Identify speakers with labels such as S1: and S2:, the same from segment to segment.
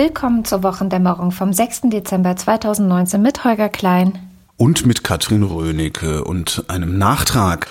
S1: Willkommen zur Wochendämmerung vom 6. Dezember 2019 mit Holger Klein.
S2: Und mit Katrin Rönecke und einem Nachtrag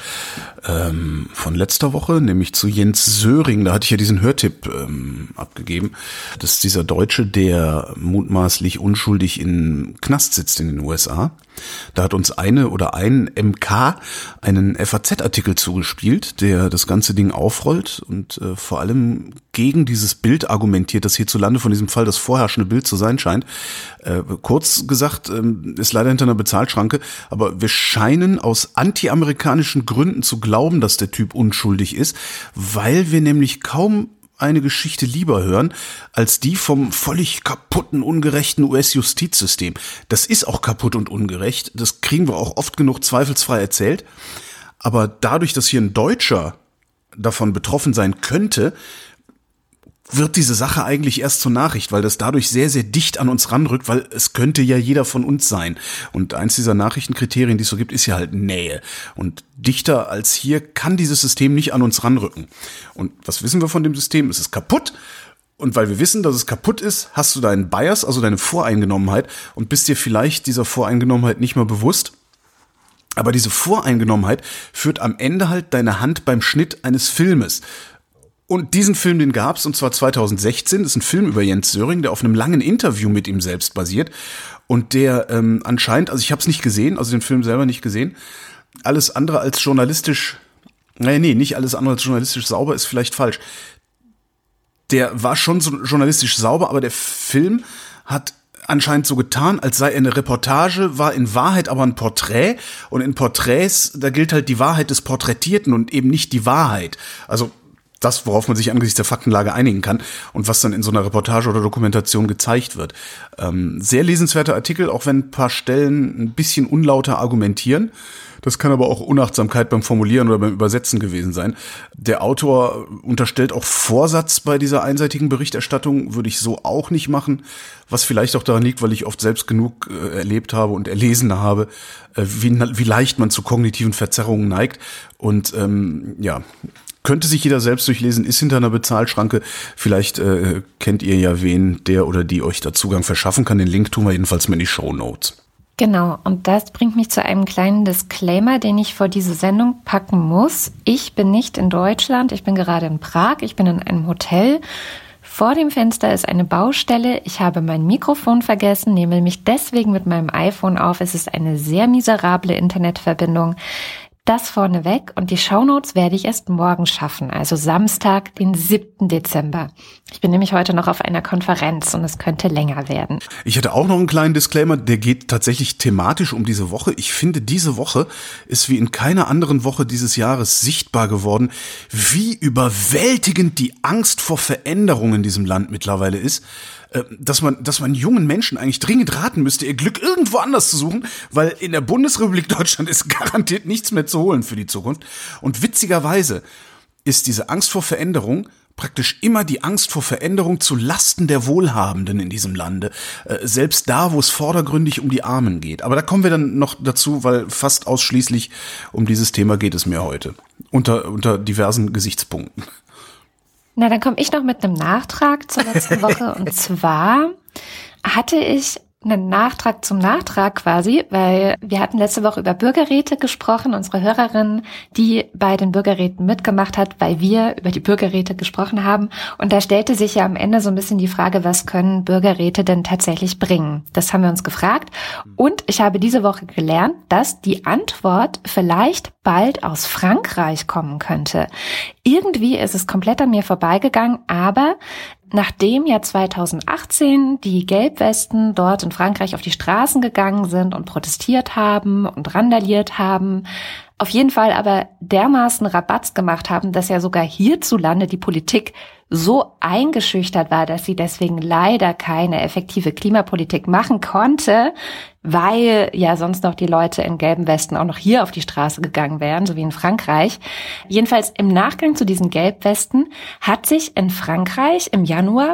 S2: von letzter Woche, nämlich zu Jens Söring. Da hatte ich ja diesen Hörtipp abgegeben. Das ist dieser Deutsche, der mutmaßlich unschuldig im Knast sitzt in den USA. Da hat uns ein MK einen FAZ-Artikel zugespielt, der das ganze Ding aufrollt und vor allem gegen dieses Bild argumentiert, das hierzulande von diesem Fall das vorherrschende Bild zu sein scheint. Kurz gesagt, ist leider hinter einer Bezahlschranke, aber wir scheinen aus anti-amerikanischen Gründen zu glauben, dass der Typ unschuldig ist, weil wir nämlich kaum eine Geschichte lieber hören, als die vom völlig kaputten, ungerechten US-Justizsystem. Das ist auch kaputt und ungerecht, das kriegen wir auch oft genug zweifelsfrei erzählt, aber dadurch, dass hier ein Deutscher davon betroffen sein könnte, wird diese Sache eigentlich erst zur Nachricht, weil das dadurch sehr, sehr dicht an uns ranrückt, weil es könnte ja jeder von uns sein. Und eins dieser Nachrichtenkriterien, die es so gibt, ist ja halt Nähe. Und dichter als hier kann dieses System nicht an uns ranrücken. Und was wissen wir von dem System? Es ist kaputt. Und weil wir wissen, dass es kaputt ist, hast du deinen Bias, also deine Voreingenommenheit, und bist dir vielleicht dieser Voreingenommenheit nicht mal bewusst. Aber diese Voreingenommenheit führt am Ende halt deine Hand beim Schnitt eines Filmes. Und diesen Film, den gab's, und zwar 2016. Das ist ein Film über Jens Söring, der auf einem langen Interview mit ihm selbst basiert. Und der anscheinend, also ich habe es nicht gesehen, also den Film selber nicht gesehen, alles andere als journalistisch, nicht alles andere als journalistisch sauber ist vielleicht falsch. Der war schon so journalistisch sauber, aber der Film hat anscheinend so getan, als sei er eine Reportage, war in Wahrheit aber ein Porträt. Und in Porträts, da gilt halt die Wahrheit des Porträtierten und eben nicht die Wahrheit. Also das, worauf man sich angesichts der Faktenlage einigen kann und was dann in so einer Reportage oder Dokumentation gezeigt wird. Sehr lesenswerter Artikel, auch wenn ein paar Stellen ein bisschen unlauter argumentieren. Das kann aber auch Unachtsamkeit beim Formulieren oder beim Übersetzen gewesen sein. Der Autor unterstellt auch Vorsatz bei dieser einseitigen Berichterstattung, würde ich so auch nicht machen, was vielleicht auch daran liegt, weil ich oft selbst genug erlebt habe und erlesen habe, wie leicht man zu kognitiven Verzerrungen neigt. Und könnte sich jeder selbst durchlesen, ist hinter einer Bezahlschranke. Vielleicht kennt ihr ja wen, der oder die euch da Zugang verschaffen kann. Den Link tun wir jedenfalls mal in die Shownotes.
S1: Genau, und das bringt mich zu einem kleinen Disclaimer, den ich vor diese Sendung packen muss. Ich bin nicht in Deutschland, ich bin gerade in Prag, ich bin in einem Hotel. Vor dem Fenster ist eine Baustelle. Ich habe mein Mikrofon vergessen, nehme mich deswegen mit meinem iPhone auf. Es ist eine sehr miserable Internetverbindung. Das vorneweg, und die Shownotes werde ich erst morgen schaffen, also Samstag, den 7. Dezember. Ich bin nämlich heute noch auf einer Konferenz und es könnte länger werden.
S2: Ich hätte auch noch einen kleinen Disclaimer, der geht tatsächlich thematisch um diese Woche. Ich finde, diese Woche ist wie in keiner anderen Woche dieses Jahres sichtbar geworden, wie überwältigend die Angst vor Veränderung in diesem Land mittlerweile ist. Dass man jungen Menschen eigentlich dringend raten müsste, ihr Glück irgendwo anders zu suchen, weil in der Bundesrepublik Deutschland ist garantiert nichts mehr zu holen für die Zukunft. Und witzigerweise ist diese Angst vor Veränderung praktisch immer die Angst vor Veränderung zu Lasten der Wohlhabenden in diesem Lande. Selbst da, wo es vordergründig um die Armen geht. Aber da kommen wir dann noch dazu, weil fast ausschließlich um dieses Thema geht es mir heute. Unter diversen Gesichtspunkten.
S1: Na, dann komme ich noch mit einem Nachtrag zur letzten Woche. Und zwar hatte ich einen Nachtrag zum Nachtrag quasi, weil wir hatten letzte Woche über Bürgerräte gesprochen, unsere Hörerin, die bei den Bürgerräten mitgemacht hat, weil wir über die Bürgerräte gesprochen haben. Und da stellte sich ja am Ende so ein bisschen die Frage, was können Bürgerräte denn tatsächlich bringen? Das haben wir uns gefragt. Und ich habe diese Woche gelernt, dass die Antwort vielleicht bald aus Frankreich kommen könnte. Irgendwie ist es komplett an mir vorbeigegangen, aber nachdem ja 2018 die Gelbwesten dort in Frankreich auf die Straßen gegangen sind und protestiert haben und randaliert haben, auf jeden Fall aber dermaßen Rabatz gemacht haben, dass ja sogar hierzulande die Politik so eingeschüchtert war, dass sie deswegen leider keine effektive Klimapolitik machen konnte, weil ja sonst noch die Leute in gelben Westen auch noch hier auf die Straße gegangen wären, so wie in Frankreich. Jedenfalls im Nachgang zu diesen Gelbwesten hat sich in Frankreich im Januar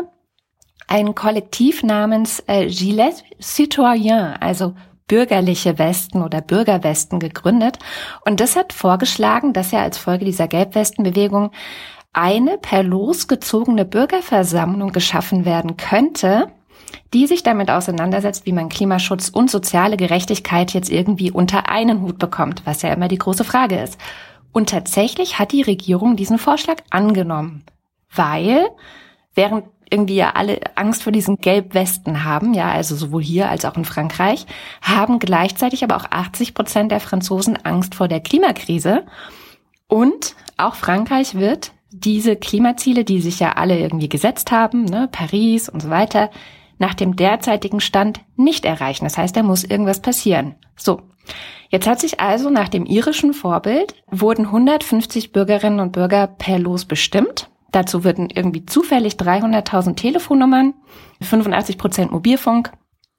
S1: ein Kollektiv namens Gilets Citoyens, also bürgerliche Westen oder Bürgerwesten gegründet. Und das hat vorgeschlagen, dass ja als Folge dieser Gelbwestenbewegung eine per Los gezogene Bürgerversammlung geschaffen werden könnte, die sich damit auseinandersetzt, wie man Klimaschutz und soziale Gerechtigkeit jetzt irgendwie unter einen Hut bekommt, was ja immer die große Frage ist. Und tatsächlich hat die Regierung diesen Vorschlag angenommen, weil während irgendwie ja alle Angst vor diesen Gelbwesten haben, ja, also sowohl hier als auch in Frankreich, haben gleichzeitig aber auch 80% der Franzosen Angst vor der Klimakrise. Und auch Frankreich wird diese Klimaziele, die sich ja alle irgendwie gesetzt haben, ne, Paris und so weiter, nach dem derzeitigen Stand nicht erreichen. Das heißt, da muss irgendwas passieren. So. Jetzt hat sich also nach dem irischen Vorbild wurden 150 Bürgerinnen und Bürger per Los bestimmt. Dazu wurden irgendwie zufällig 300.000 Telefonnummern, 85% Mobilfunk,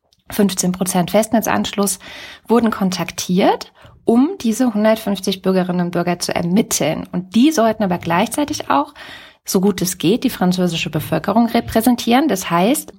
S1: 15% Festnetzanschluss wurden kontaktiert, um diese 150 Bürgerinnen und Bürger zu ermitteln. Und die sollten aber gleichzeitig auch, so gut es geht, die französische Bevölkerung repräsentieren. Das heißt,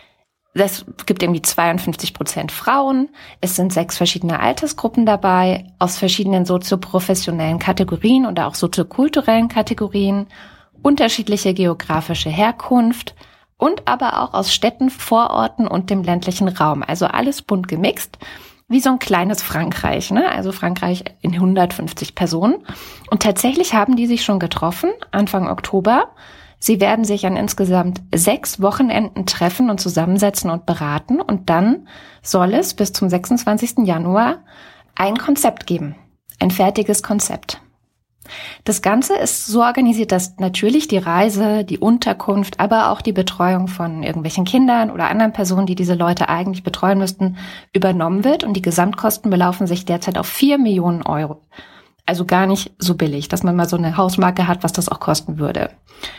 S1: es gibt irgendwie 52% Frauen, es sind 6 verschiedene Altersgruppen dabei, aus verschiedenen sozioprofessionellen Kategorien oder auch soziokulturellen Kategorien, unterschiedliche geografische Herkunft und aber auch aus Städten, Vororten und dem ländlichen Raum. Also alles bunt gemixt, wie so ein kleines Frankreich, ne? Also Frankreich in 150 Personen. Und tatsächlich haben die sich schon getroffen, Anfang Oktober. Sie werden sich an insgesamt 6 Wochenenden treffen und zusammensetzen und beraten. Und dann soll es bis zum 26. Januar ein Konzept geben. Ein fertiges Konzept. Das Ganze ist so organisiert, dass natürlich die Reise, die Unterkunft, aber auch die Betreuung von irgendwelchen Kindern oder anderen Personen, die diese Leute eigentlich betreuen müssten, übernommen wird. Und die Gesamtkosten belaufen sich derzeit auf 4 Millionen Euro. Also gar nicht so billig, dass man mal so eine Hausmarke hat, was das auch kosten würde.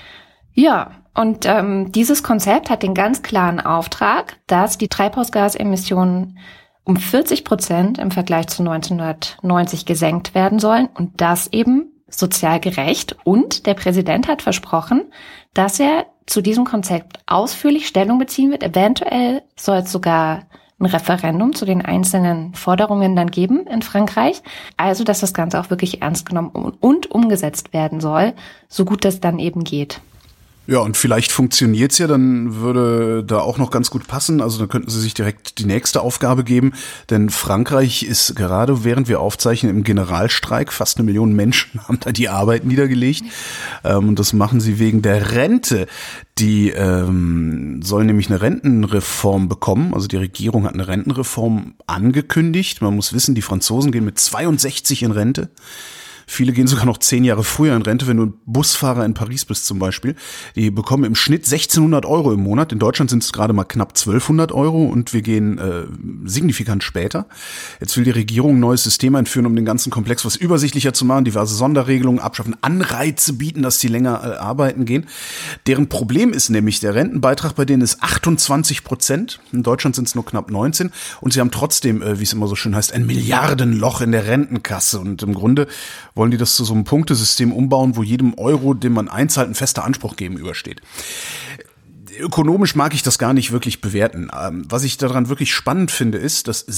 S1: Ja, und dieses Konzept hat den ganz klaren Auftrag, dass die Treibhausgasemissionen um 40% im Vergleich zu 1990 gesenkt werden sollen und das eben sozial gerecht. Und der Präsident hat versprochen, dass er zu diesem Konzept ausführlich Stellung beziehen wird. Eventuell soll es sogar ein Referendum zu den einzelnen Forderungen dann geben in Frankreich. Also, dass das Ganze auch wirklich ernst genommen und umgesetzt werden soll, so gut das dann eben geht.
S2: Ja, und vielleicht funktioniert's ja, dann würde da auch noch ganz gut passen. Also dann könnten sie sich direkt die nächste Aufgabe geben, denn Frankreich ist gerade, während wir aufzeichnen, im Generalstreik. Fast 1 Million Menschen haben da die Arbeit niedergelegt. Und das machen sie wegen der Rente. Die sollen nämlich eine Rentenreform bekommen. Also die Regierung hat eine Rentenreform angekündigt. Man muss wissen, die Franzosen gehen mit 62 in Rente. Viele gehen sogar noch 10 Jahre früher in Rente, wenn du Busfahrer in Paris bist zum Beispiel. Die bekommen im Schnitt 1.600 Euro im Monat. In Deutschland sind es gerade mal knapp 1.200 Euro und wir gehen signifikant später. Jetzt will die Regierung ein neues System einführen, um den ganzen Komplex was übersichtlicher zu machen, diverse Sonderregelungen abschaffen, Anreize bieten, dass die länger arbeiten gehen. Deren Problem ist nämlich, der Rentenbeitrag bei denen ist 28%. In Deutschland sind es nur knapp 19%. Und sie haben trotzdem, wie es immer so schön heißt, ein Milliardenloch in der Rentenkasse. Und im Grunde wollen die das zu so einem Punktesystem umbauen, wo jedem Euro, den man einzahlt, ein fester Anspruch gegenübersteht. Ökonomisch mag ich das gar nicht wirklich bewerten. Was ich daran wirklich spannend finde, ist, dass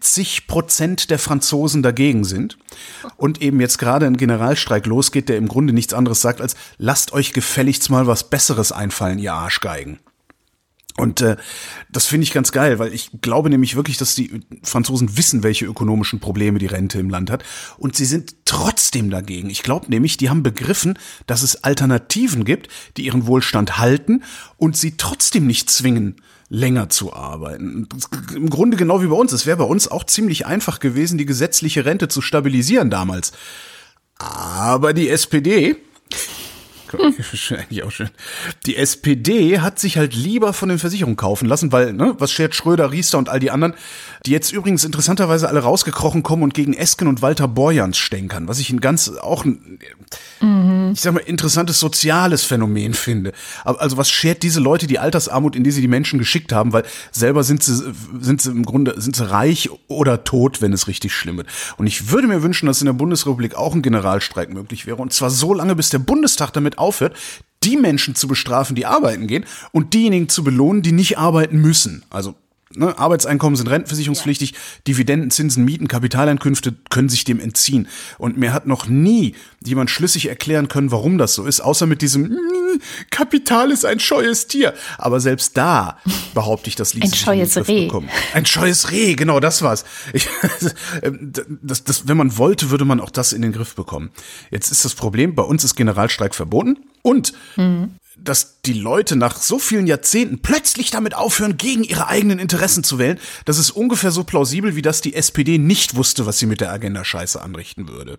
S2: 70% der Franzosen dagegen sind und eben jetzt gerade ein Generalstreik losgeht, der im Grunde nichts anderes sagt als, lasst euch gefälligst mal was Besseres einfallen, ihr Arschgeigen. Und das finde ich ganz geil, weil ich glaube nämlich wirklich, dass die Franzosen wissen, welche ökonomischen Probleme die Rente im Land hat. Und sie sind trotzdem dagegen. Ich glaube nämlich, die haben begriffen, dass es Alternativen gibt, die ihren Wohlstand halten und sie trotzdem nicht zwingen, länger zu arbeiten. Im Grunde genau wie bei uns. Es wäre bei uns auch ziemlich einfach gewesen, die gesetzliche Rente zu stabilisieren damals. Aber die SPD... Eigentlich auch schön. Die SPD hat sich halt lieber von den Versicherungen kaufen lassen, weil, ne, was schert Schröder, Riester und all die anderen, die jetzt übrigens interessanterweise alle rausgekrochen kommen und gegen Esken und Walter Borjans stänkern, was ich ein ganz, auch ein, ich sag mal, interessantes soziales Phänomen finde. Also was schert diese Leute die Altersarmut, in die sie die Menschen geschickt haben, weil selber sind sie im Grunde, sind sie reich oder tot, wenn es richtig schlimm wird. Und ich würde mir wünschen, dass in der Bundesrepublik auch ein Generalstreik möglich wäre, und zwar so lange, bis der Bundestag damit aufhört, die Menschen zu bestrafen, die arbeiten gehen, und diejenigen zu belohnen, die nicht arbeiten müssen. Also Ne? Arbeitseinkommen sind rentenversicherungspflichtig, Dividenden, Zinsen, Mieten, Kapitaleinkünfte können sich dem entziehen. Und mir hat noch nie jemand schlüssig erklären können, warum das so ist, außer mit diesem Kapital ist ein scheues Tier. Aber selbst da behaupte ich, das ließ sich in den Griff bekommen. Ein scheues Reh, genau, das war's. Wenn man wollte, würde man auch das in den Griff bekommen. Jetzt ist das Problem, bei uns ist Generalstreik verboten und dass die Leute nach so vielen Jahrzehnten plötzlich damit aufhören, gegen ihre eigenen Interessen zu wählen, das ist ungefähr so plausibel, wie dass die SPD nicht wusste, was sie mit der Agenda-Scheiße anrichten würde.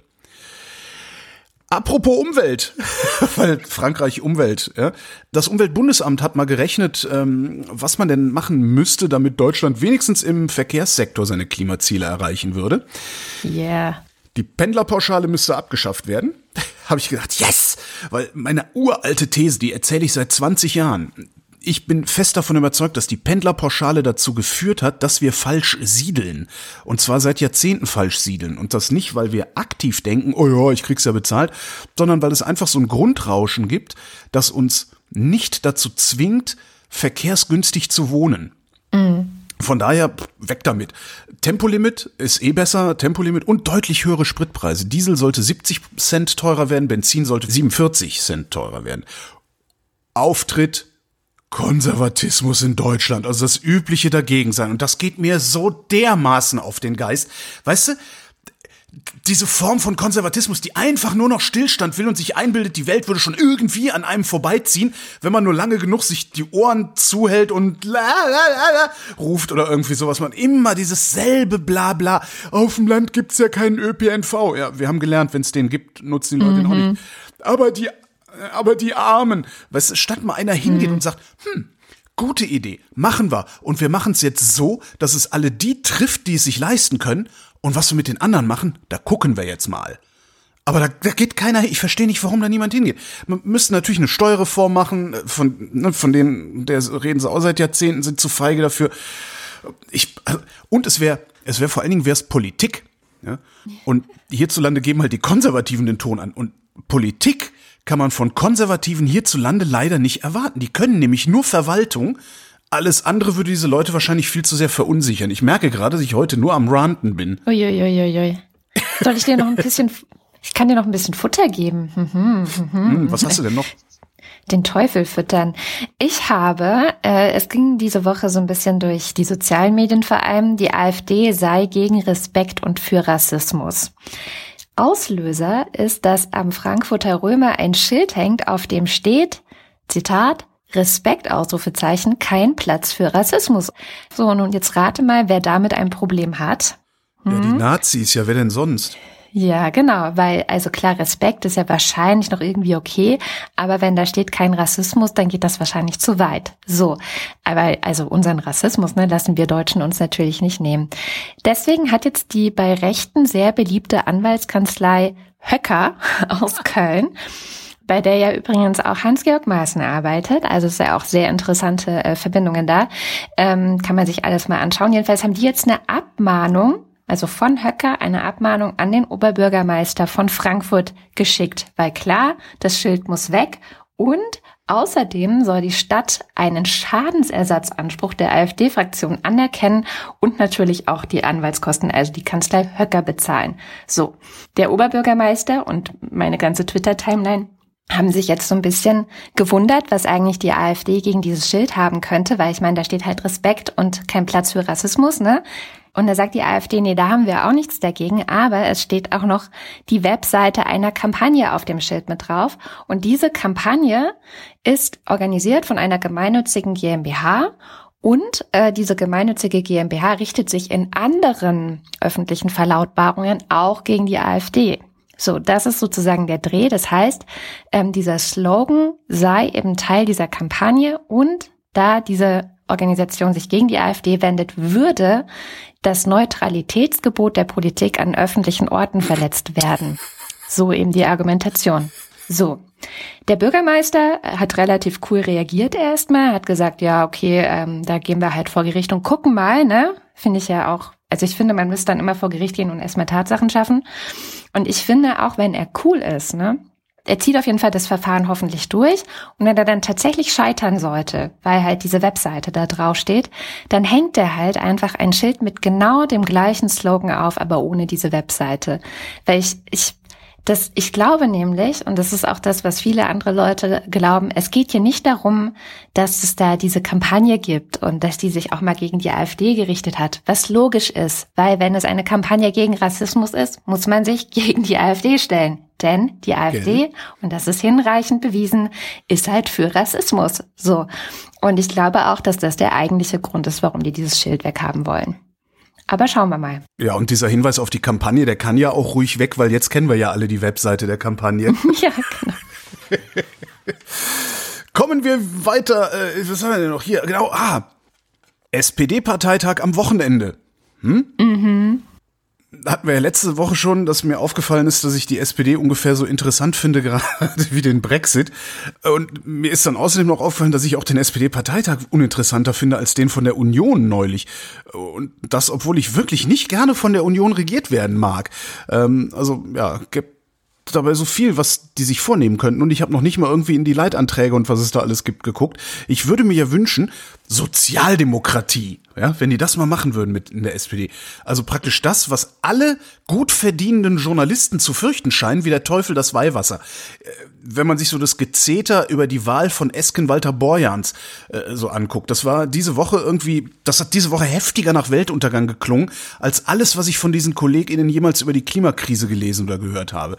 S2: Apropos Umwelt, weil Frankreich Umwelt, ja. Das Umweltbundesamt hat mal gerechnet, was man denn machen müsste, damit Deutschland wenigstens im Verkehrssektor seine Klimaziele erreichen würde.
S1: Yeah.
S2: Die Pendlerpauschale müsste abgeschafft werden. Habe ich gedacht, yes! Weil meine uralte These, die erzähle ich seit 20 Jahren. Ich bin fest davon überzeugt, dass die Pendlerpauschale dazu geführt hat, dass wir falsch siedeln. Und zwar seit Jahrzehnten falsch siedeln. Und das nicht, weil wir aktiv denken, oh ja, ich krieg's ja bezahlt, sondern weil es einfach so ein Grundrauschen gibt, das uns nicht dazu zwingt, verkehrsgünstig zu wohnen. Von daher, weg damit. Tempolimit ist besser, Tempolimit und deutlich höhere Spritpreise. Diesel sollte 70 Cent teurer werden, Benzin sollte 47 Cent teurer werden. Auftritt Konservatismus in Deutschland, also das Übliche dagegen sein. Und das geht mir so dermaßen auf den Geist. Weißt du, diese Form von Konservatismus, die einfach nur noch Stillstand will und sich einbildet, die Welt würde schon irgendwie an einem vorbeiziehen, wenn man nur lange genug sich die Ohren zuhält und ruft oder irgendwie sowas. Man immer dieses selbe Blabla. Auf dem Land gibt's ja keinen ÖPNV. Ja, wir haben gelernt, wenn es den gibt, nutzen die Leute den auch nicht. Aber die Armen, weißt du, statt mal einer hingeht und sagt, gute Idee, machen wir. Und wir machen es jetzt so, dass es alle die trifft, die es sich leisten können. Und was wir mit den anderen machen, da gucken wir jetzt mal. Aber da geht keiner hin. Ich verstehe nicht, warum da niemand hingeht. Man müsste natürlich eine Steuerreform machen, von denen, reden sie auch seit Jahrzehnten, sind zu feige dafür. Und es wäre vor allen Dingen wär's Politik. Ja? Und hierzulande geben halt die Konservativen den Ton an. Und Politik kann man von Konservativen hierzulande leider nicht erwarten. Die können nämlich nur Verwaltung. Alles andere würde diese Leute wahrscheinlich viel zu sehr verunsichern. Ich merke gerade, dass ich heute nur am Ranten bin.
S1: Uiuiuiui. Soll ich dir noch ein bisschen, ich kann dir noch ein bisschen Futter geben.
S2: Was hast du denn noch?
S1: Den Teufel füttern. Ich habe, es ging diese Woche so ein bisschen durch die sozialen Medien vor allem, die AfD sei gegen Respekt und für Rassismus. Auslöser ist, dass am Frankfurter Römer ein Schild hängt, auf dem steht, Zitat, Respekt, Ausrufezeichen, kein Platz für Rassismus. So, und jetzt rate mal, wer damit ein Problem hat.
S2: Ja, die Nazis, ja, wer denn sonst?
S1: Ja, genau, weil, also klar, Respekt ist ja wahrscheinlich noch irgendwie okay, aber wenn da steht kein Rassismus, dann geht das wahrscheinlich zu weit. So, aber also unseren Rassismus, lassen wir Deutschen uns natürlich nicht nehmen. Deswegen hat jetzt die bei Rechten sehr beliebte Anwaltskanzlei Höcker aus Köln, bei der ja übrigens auch Hans-Georg Maaßen arbeitet, also es ist ja auch sehr interessante Verbindungen da, kann man sich alles mal anschauen. Jedenfalls haben die jetzt eine Abmahnung, also von Höcker, eine Abmahnung an den Oberbürgermeister von Frankfurt geschickt, weil klar, das Schild muss weg und außerdem soll die Stadt einen Schadensersatzanspruch der AfD-Fraktion anerkennen und natürlich auch die Anwaltskosten, also die Kanzlei Höcker bezahlen. So, der Oberbürgermeister und meine ganze Twitter-Timeline haben sich jetzt so ein bisschen gewundert, was eigentlich die AfD gegen dieses Schild haben könnte, weil ich meine, da steht halt Respekt und kein Platz für Rassismus, Und da sagt die AfD, nee, da haben wir auch nichts dagegen, aber es steht auch noch die Webseite einer Kampagne auf dem Schild mit drauf. Und diese Kampagne ist organisiert von einer gemeinnützigen GmbH und diese gemeinnützige GmbH richtet sich in anderen öffentlichen Verlautbarungen auch gegen die AfD. So, das ist sozusagen der Dreh. Das heißt, dieser Slogan sei eben Teil dieser Kampagne und da diese Organisation sich gegen die AfD wendet, würde das Neutralitätsgebot der Politik an öffentlichen Orten verletzt werden. So eben die Argumentation. So, der Bürgermeister hat relativ cool reagiert erstmal, hat gesagt, ja, okay, da gehen wir halt vor Gericht und gucken mal, Finde ich ja auch, also ich finde, man müsste dann immer vor Gericht gehen und erstmal Tatsachen schaffen. Und ich finde, auch wenn er cool ist, er zieht auf jeden Fall das Verfahren hoffentlich durch. Und wenn er dann tatsächlich scheitern sollte, weil halt diese Webseite da drauf steht, dann hängt er halt einfach ein Schild mit genau dem gleichen Slogan auf, aber ohne diese Webseite. Weil ich glaube nämlich, und das ist auch das, was viele andere Leute glauben, es geht hier nicht darum, dass es da diese Kampagne gibt und dass die sich auch mal gegen die AfD gerichtet hat, was logisch ist, weil wenn es eine Kampagne gegen Rassismus ist, muss man sich gegen die AfD stellen. Denn die AfD, und das ist hinreichend bewiesen, ist halt für Rassismus. So. Und ich glaube auch, dass das der eigentliche Grund ist, warum die dieses Schild weghaben wollen. Aber schauen wir mal.
S2: Ja, und dieser Hinweis auf die Kampagne, der kann ja auch ruhig weg, weil jetzt kennen wir ja alle die Webseite der Kampagne.
S1: Ja, genau.
S2: Kommen wir weiter. Was haben wir denn noch hier? Genau, SPD-Parteitag am Wochenende. Hatten wir ja letzte Woche schon, dass mir aufgefallen ist, dass ich die SPD ungefähr so interessant finde, gerade wie den Brexit. Und mir ist dann außerdem noch aufgefallen, dass ich auch den SPD-Parteitag uninteressanter finde als den von der Union neulich. Und das, obwohl ich wirklich nicht gerne von der Union regiert werden mag. Gibt dabei so viel, was die sich vornehmen könnten. Und ich habe noch nicht mal irgendwie in die Leitanträge und was es da alles gibt geguckt. Ich würde mir ja wünschen, Sozialdemokratie, ja, wenn die das mal machen würden mit in der SPD. Also praktisch das, was alle gut verdienenden Journalisten zu fürchten scheinen, wie der Teufel das Weihwasser. Wenn man sich so das Gezeter über die Wahl von Esken-Walter Borjans so anguckt, das hat diese Woche heftiger nach Weltuntergang geklungen, als alles, was ich von diesen KollegInnen jemals über die Klimakrise gelesen oder gehört habe.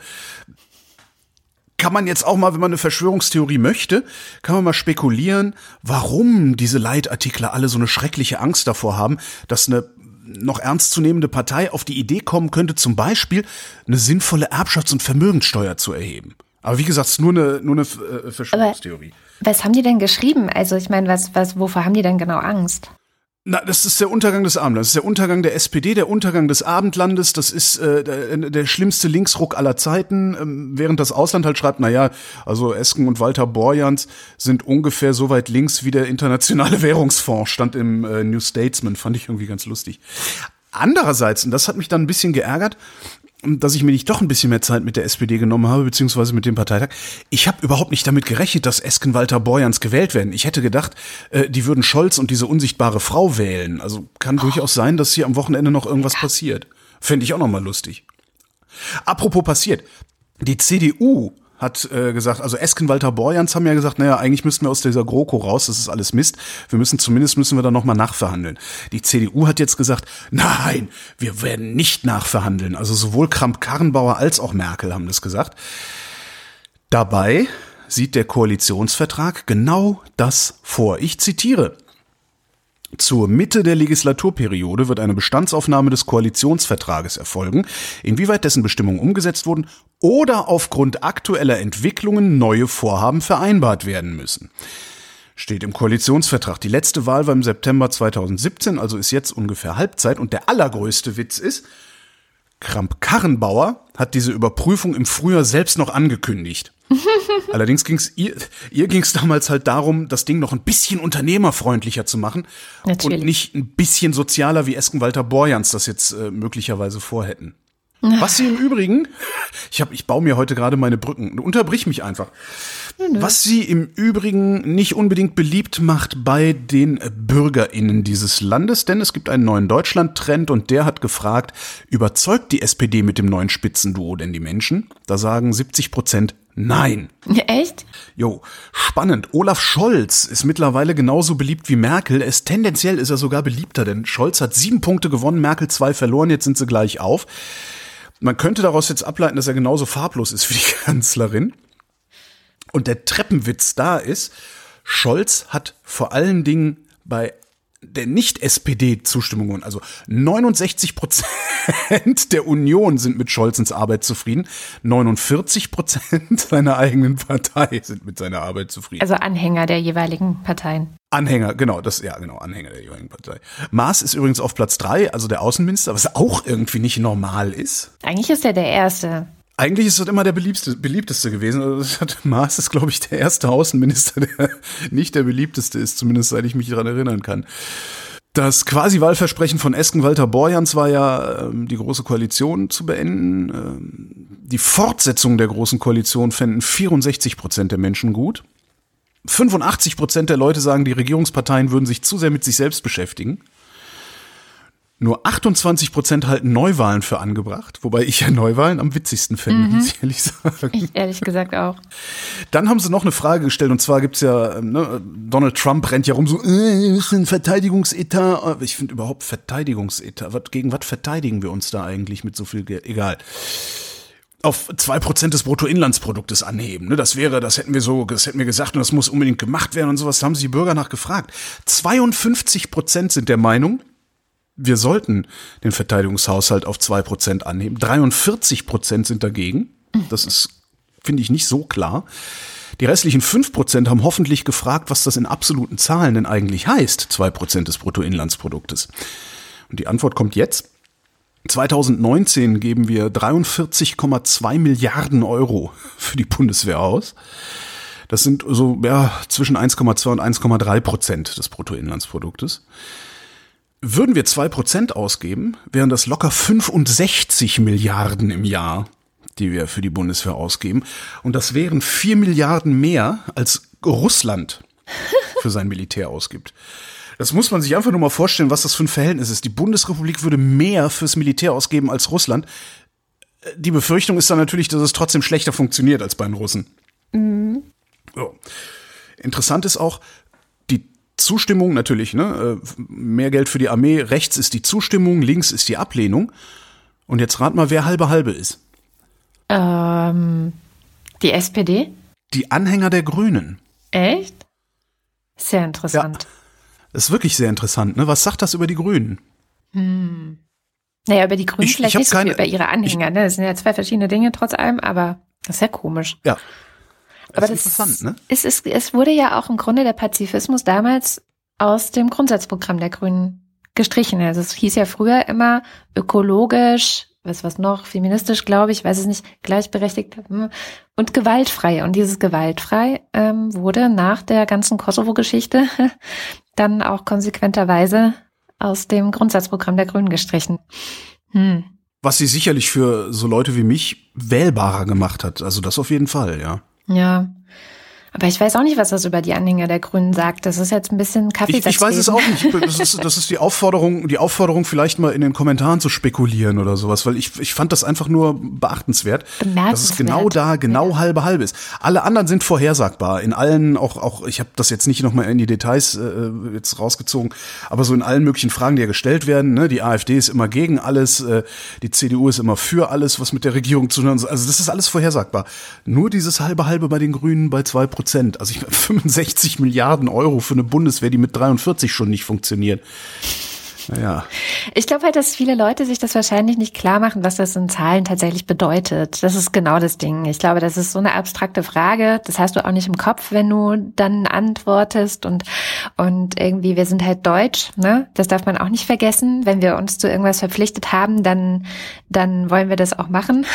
S2: Kann man jetzt auch mal, wenn man eine Verschwörungstheorie möchte, kann man mal spekulieren, warum diese Leitartikler alle so eine schreckliche Angst davor haben, dass eine noch ernstzunehmende Partei auf die Idee kommen könnte, zum Beispiel eine sinnvolle Erbschafts- und Vermögenssteuer zu erheben. Aber wie gesagt, es ist nur eine Verschwörungstheorie.
S1: Aber was haben die denn geschrieben? Also ich meine, wovor haben die denn genau Angst?
S2: Na, das ist der Untergang des Abendlandes. Das ist der Untergang der SPD, der Untergang des Abendlandes. Das ist der schlimmste Linksruck aller Zeiten. Während das Ausland halt schreibt, also Esken und Walter Borjans sind ungefähr so weit links wie der Internationale Währungsfonds, stand im New Statesman. Fand ich irgendwie ganz lustig. Andererseits, und das hat mich dann ein bisschen geärgert, dass ich mir nicht doch ein bisschen mehr Zeit mit der SPD genommen habe, beziehungsweise mit dem Parteitag. Ich habe überhaupt nicht damit gerechnet, dass Esken-Walter Borjans gewählt werden. Ich hätte gedacht, die würden Scholz und diese unsichtbare Frau wählen. Also kann durchaus sein, dass hier am Wochenende noch irgendwas passiert. Fände ich auch noch mal lustig. Apropos passiert. Die CDU hat gesagt, also Esken-Walter Borjans haben ja gesagt, eigentlich müssten wir aus dieser GroKo raus, das ist alles Mist. Zumindest müssen wir da nochmal nachverhandeln. Die CDU hat jetzt gesagt, nein, wir werden nicht nachverhandeln. Also sowohl Kramp-Karrenbauer als auch Merkel haben das gesagt. Dabei sieht der Koalitionsvertrag genau das vor. Ich zitiere. Zur Mitte der Legislaturperiode wird eine Bestandsaufnahme des Koalitionsvertrages erfolgen, inwieweit dessen Bestimmungen umgesetzt wurden oder aufgrund aktueller Entwicklungen neue Vorhaben vereinbart werden müssen. Steht im Koalitionsvertrag. Die letzte Wahl war im September 2017, also ist jetzt ungefähr Halbzeit. Und der allergrößte Witz ist, Kramp-Karrenbauer hat diese Überprüfung im Frühjahr selbst noch angekündigt. Allerdings ihr ging's damals halt darum, das Ding noch ein bisschen unternehmerfreundlicher zu machen. Natürlich. Und nicht ein bisschen sozialer, wie Esken-Walter Borjans das jetzt möglicherweise vorhätten. Was sie im Übrigen, ich baue mir heute gerade meine Brücken, unterbrich mich einfach. Was sie im Übrigen nicht unbedingt beliebt macht bei den BürgerInnen dieses Landes, denn es gibt einen neuen Deutschland-Trend und der hat gefragt, überzeugt die SPD mit dem neuen Spitzenduo denn die Menschen? Da sagen 70% nein.
S1: Echt?
S2: Jo, spannend. Olaf Scholz ist mittlerweile genauso beliebt wie Merkel. Tendenziell ist er sogar beliebter, denn Scholz hat 7 Punkte gewonnen, Merkel 2 verloren, jetzt sind sie gleich auf. Man könnte daraus jetzt ableiten, dass er genauso farblos ist wie die Kanzlerin. Und der Treppenwitz da ist, Scholz hat vor allen Dingen bei der Nicht-SPD-Zustimmung, also 69% der Union sind mit Scholzens Arbeit zufrieden, 49% seiner eigenen Partei sind mit seiner Arbeit zufrieden.
S1: Also Anhänger der jeweiligen Parteien.
S2: Anhänger, genau, Anhänger der jeweiligen Partei. Maas ist übrigens auf Platz 3, also der Außenminister, was auch irgendwie nicht normal ist.
S1: Eigentlich ist er der Erste.
S2: Eigentlich ist das immer der beliebteste gewesen. Also Maas ist, glaube ich, der erste Außenminister, der nicht der beliebteste ist, zumindest seit ich mich daran erinnern kann. Das Quasi-Wahlversprechen von Esken-Walter Borjans war ja, die Große Koalition zu beenden. Die Fortsetzung der Großen Koalition fänden 64% der Menschen gut. 85% der Leute sagen, die Regierungsparteien würden sich zu sehr mit sich selbst beschäftigen. Nur 28% halten Neuwahlen für angebracht, wobei ich ja Neuwahlen am witzigsten fände, muss ich ehrlich sagen.
S1: Ich ehrlich gesagt auch.
S2: Dann haben sie noch eine Frage gestellt, und zwar gibt's ja, Donald Trump rennt ja rum so, ist ein Verteidigungsetat. Ich finde überhaupt Verteidigungsetat, gegen was verteidigen wir uns da eigentlich mit so viel Geld? Egal. Auf 2% des Bruttoinlandsproduktes anheben. Ne? Das hätten wir gesagt und das muss unbedingt gemacht werden und sowas. Da haben sie die Bürger nachgefragt. 52% sind der Meinung, wir sollten den Verteidigungshaushalt auf 2% anheben. 43% sind dagegen. Das ist, finde ich, nicht so klar. Die restlichen 5% haben hoffentlich gefragt, was das in absoluten Zahlen denn eigentlich heißt, 2% des Bruttoinlandsproduktes. Und die Antwort kommt jetzt. 2019 geben wir 43,2 Milliarden Euro für die Bundeswehr aus. Das sind so zwischen 1,2 und 1,3% des Bruttoinlandsproduktes. Würden wir 2% ausgeben, wären das locker 65 Milliarden im Jahr, die wir für die Bundeswehr ausgeben. Und das wären 4 Milliarden mehr, als Russland für sein Militär ausgibt. Das muss man sich einfach nur mal vorstellen, was das für ein Verhältnis ist. Die Bundesrepublik würde mehr fürs Militär ausgeben als Russland. Die Befürchtung ist dann natürlich, dass es trotzdem schlechter funktioniert als bei den Russen. Mhm. So. Interessant ist auch, Zustimmung natürlich, ne? Mehr Geld für die Armee, rechts ist die Zustimmung, links ist die Ablehnung. Und jetzt rat mal, wer halbe ist.
S1: Die SPD?
S2: Die Anhänger der Grünen.
S1: Echt? Sehr interessant.
S2: Ja, das ist wirklich sehr interessant, ne? Was sagt das über die Grünen?
S1: Naja, über die Grünen vielleicht nicht so viel, über ihre Anhänger, ne? Das sind ja zwei verschiedene Dinge trotz allem, aber das ist ja komisch.
S2: Ja.
S1: Aber das ist interessant, ne? Es wurde ja auch im Grunde der Pazifismus damals aus dem Grundsatzprogramm der Grünen gestrichen. Also es hieß ja früher immer ökologisch, was noch, feministisch, glaube ich, weiß es nicht, gleichberechtigt und gewaltfrei. Und dieses gewaltfrei wurde nach der ganzen Kosovo-Geschichte dann auch konsequenterweise aus dem Grundsatzprogramm der Grünen gestrichen.
S2: Was sie sicherlich für so Leute wie mich wählbarer gemacht hat. Also das auf jeden Fall, ja.
S1: Ja, aber ich weiß auch nicht, was das über die Anhänger der Grünen sagt. Das ist jetzt ein bisschen Kaffeesatzlesen.
S2: Ich weiß es auch nicht. Das ist die Aufforderung, vielleicht mal in den Kommentaren zu spekulieren oder sowas, weil ich fand das einfach nur beachtenswert, dass es genau halbe ist. Alle anderen sind vorhersagbar. In allen, auch ich habe das jetzt nicht nochmal in die Details jetzt rausgezogen, aber so in allen möglichen Fragen, die ja gestellt werden, ne, die AfD ist immer gegen alles, die CDU ist immer für alles, was mit der Regierung zu tun hat. Also das ist alles vorhersagbar. Nur dieses halbe bei den Grünen bei 2%. Also 65 Milliarden Euro für eine Bundeswehr, die mit 43 schon nicht funktioniert. Naja.
S1: Ich glaube halt, dass viele Leute sich das wahrscheinlich nicht klar machen, was das in Zahlen tatsächlich bedeutet. Das ist genau das Ding. Ich glaube, das ist so eine abstrakte Frage. Das hast du auch nicht im Kopf, wenn du dann antwortest und irgendwie, wir sind halt deutsch, ne? Das darf man auch nicht vergessen. Wenn wir uns zu irgendwas verpflichtet haben, dann wollen wir das auch machen.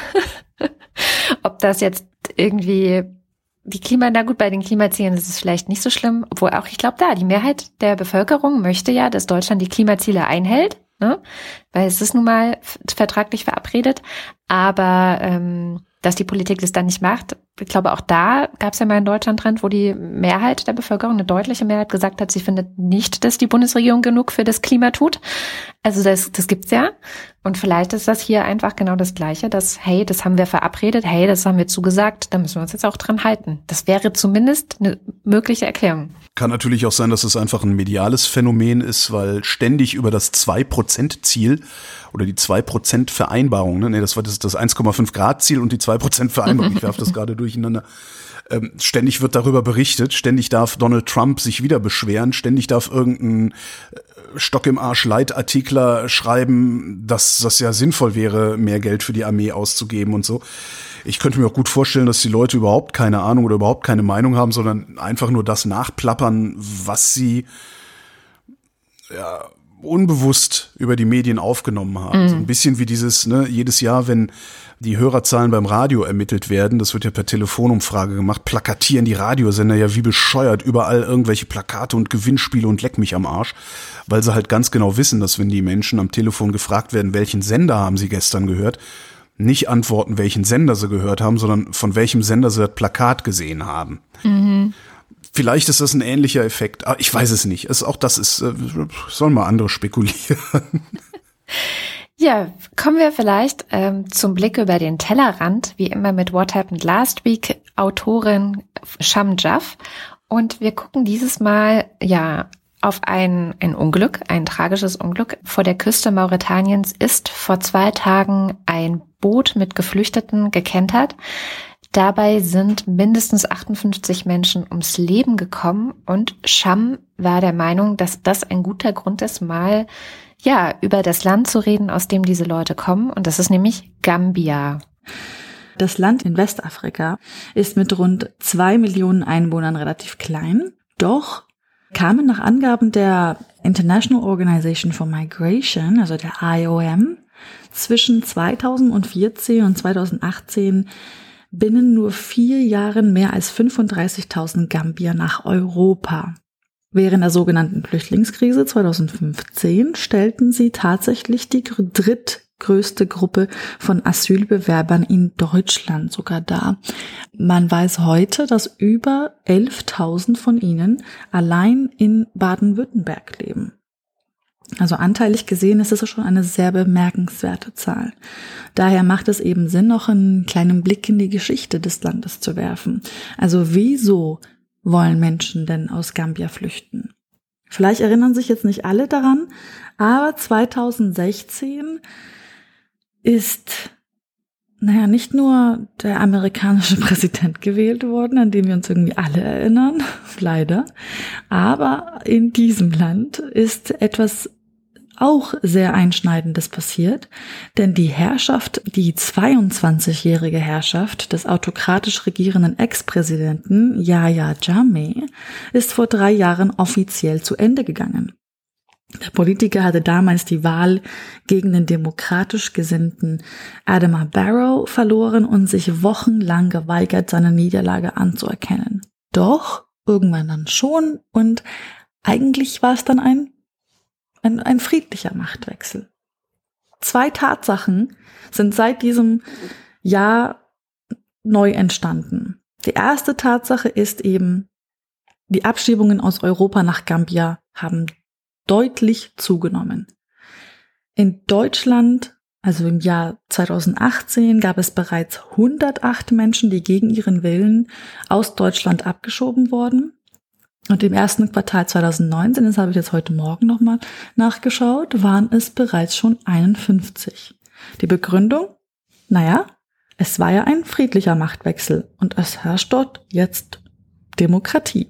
S1: Ob das jetzt irgendwie bei den Klimazielen ist es vielleicht nicht so schlimm, obwohl auch, ich glaube, die Mehrheit der Bevölkerung möchte ja, dass Deutschland die Klimaziele einhält, ne? Weil es ist nun mal vertraglich verabredet, aber dass die Politik das dann nicht macht, ich glaube, auch da gab es ja mal einen Deutschland-Trend, wo die Mehrheit der Bevölkerung, eine deutliche Mehrheit, gesagt hat, sie findet nicht, dass die Bundesregierung genug für das Klima tut. Also das gibt's ja. Und vielleicht ist das hier einfach genau das Gleiche, dass, hey, das haben wir verabredet, hey, das haben wir zugesagt, da müssen wir uns jetzt auch dran halten. Das wäre zumindest eine mögliche Erklärung.
S2: Kann natürlich auch sein, dass es einfach ein mediales Phänomen ist, weil ständig über das 2%-Ziel oder die 2%-Vereinbarung, ne, das war das 1,5-Grad-Ziel und die 2%-Vereinbarung, ich werfe das gerade durcheinander. Ständig wird darüber berichtet, ständig darf Donald Trump sich wieder beschweren, ständig darf irgendein Stock im Arsch Leitartikler schreiben, dass das ja sinnvoll wäre, mehr Geld für die Armee auszugeben und so. Ich könnte mir auch gut vorstellen, dass die Leute überhaupt keine Ahnung oder überhaupt keine Meinung haben, sondern einfach nur das nachplappern, was sie unbewusst über die Medien aufgenommen haben. So ein bisschen wie dieses, ne, jedes Jahr, wenn die Hörerzahlen beim Radio ermittelt werden, das wird ja per Telefonumfrage gemacht, plakatieren die Radiosender ja wie bescheuert überall irgendwelche Plakate und Gewinnspiele und leck mich am Arsch, weil sie halt ganz genau wissen, dass wenn die Menschen am Telefon gefragt werden, welchen Sender haben sie gestern gehört, nicht antworten, welchen Sender sie gehört haben, sondern von welchem Sender sie das Plakat gesehen haben. Vielleicht ist das ein ähnlicher Effekt, aber ich weiß es nicht. Sollen mal andere spekulieren.
S1: Ja, kommen wir vielleicht zum Blick über den Tellerrand, wie immer mit What Happened Last Week, Autorin Sham Jaff. Und wir gucken dieses Mal auf ein Unglück, ein tragisches Unglück. Vor der Küste Mauretaniens ist vor 2 Tagen ein Boot mit Geflüchteten gekentert. Dabei sind mindestens 58 Menschen ums Leben gekommen und Sham war der Meinung, dass das ein guter Grund ist, mal über das Land zu reden, aus dem diese Leute kommen. Und das ist nämlich Gambia.
S3: Das Land in Westafrika ist mit rund 2 Millionen Einwohnern relativ klein. Doch kamen nach Angaben der International Organization for Migration, also der IOM, zwischen 2014 und 2018 binnen nur 4 Jahren mehr als 35.000 Gambier nach Europa. Während der sogenannten Flüchtlingskrise 2015 stellten sie tatsächlich die drittgrößte Gruppe von Asylbewerbern in Deutschland sogar dar. Man weiß heute, dass über 11.000 von ihnen allein in Baden-Württemberg leben. Also anteilig gesehen ist es schon eine sehr bemerkenswerte Zahl. Daher macht es eben Sinn, noch einen kleinen Blick in die Geschichte des Landes zu werfen. Also wieso wollen Menschen denn aus Gambia flüchten? Vielleicht erinnern sich jetzt nicht alle daran, aber 2016 ist nicht nur der amerikanische Präsident gewählt worden, an den wir uns irgendwie alle erinnern, leider, aber in diesem Land ist etwas auch sehr Einschneidendes passiert, denn die 22-jährige Herrschaft des autokratisch regierenden Ex-Präsidenten Yahya Jammeh ist vor 3 Jahren offiziell zu Ende gegangen. Der Politiker hatte damals die Wahl gegen den demokratisch gesinnten Adama Barrow verloren und sich wochenlang geweigert, seine Niederlage anzuerkennen. Doch irgendwann dann schon und eigentlich war es dann ein friedlicher Machtwechsel. 2 Tatsachen sind seit diesem Jahr neu entstanden. Die erste Tatsache ist eben, die Abschiebungen aus Europa nach Gambia haben deutlich zugenommen. In Deutschland, also im Jahr 2018, gab es bereits 108 Menschen, die gegen ihren Willen aus Deutschland abgeschoben wurden. Und im ersten Quartal 2019, das habe ich jetzt heute Morgen nochmal nachgeschaut, waren es bereits schon 51. Die Begründung? Es war ja ein friedlicher Machtwechsel und es herrscht dort jetzt Demokratie.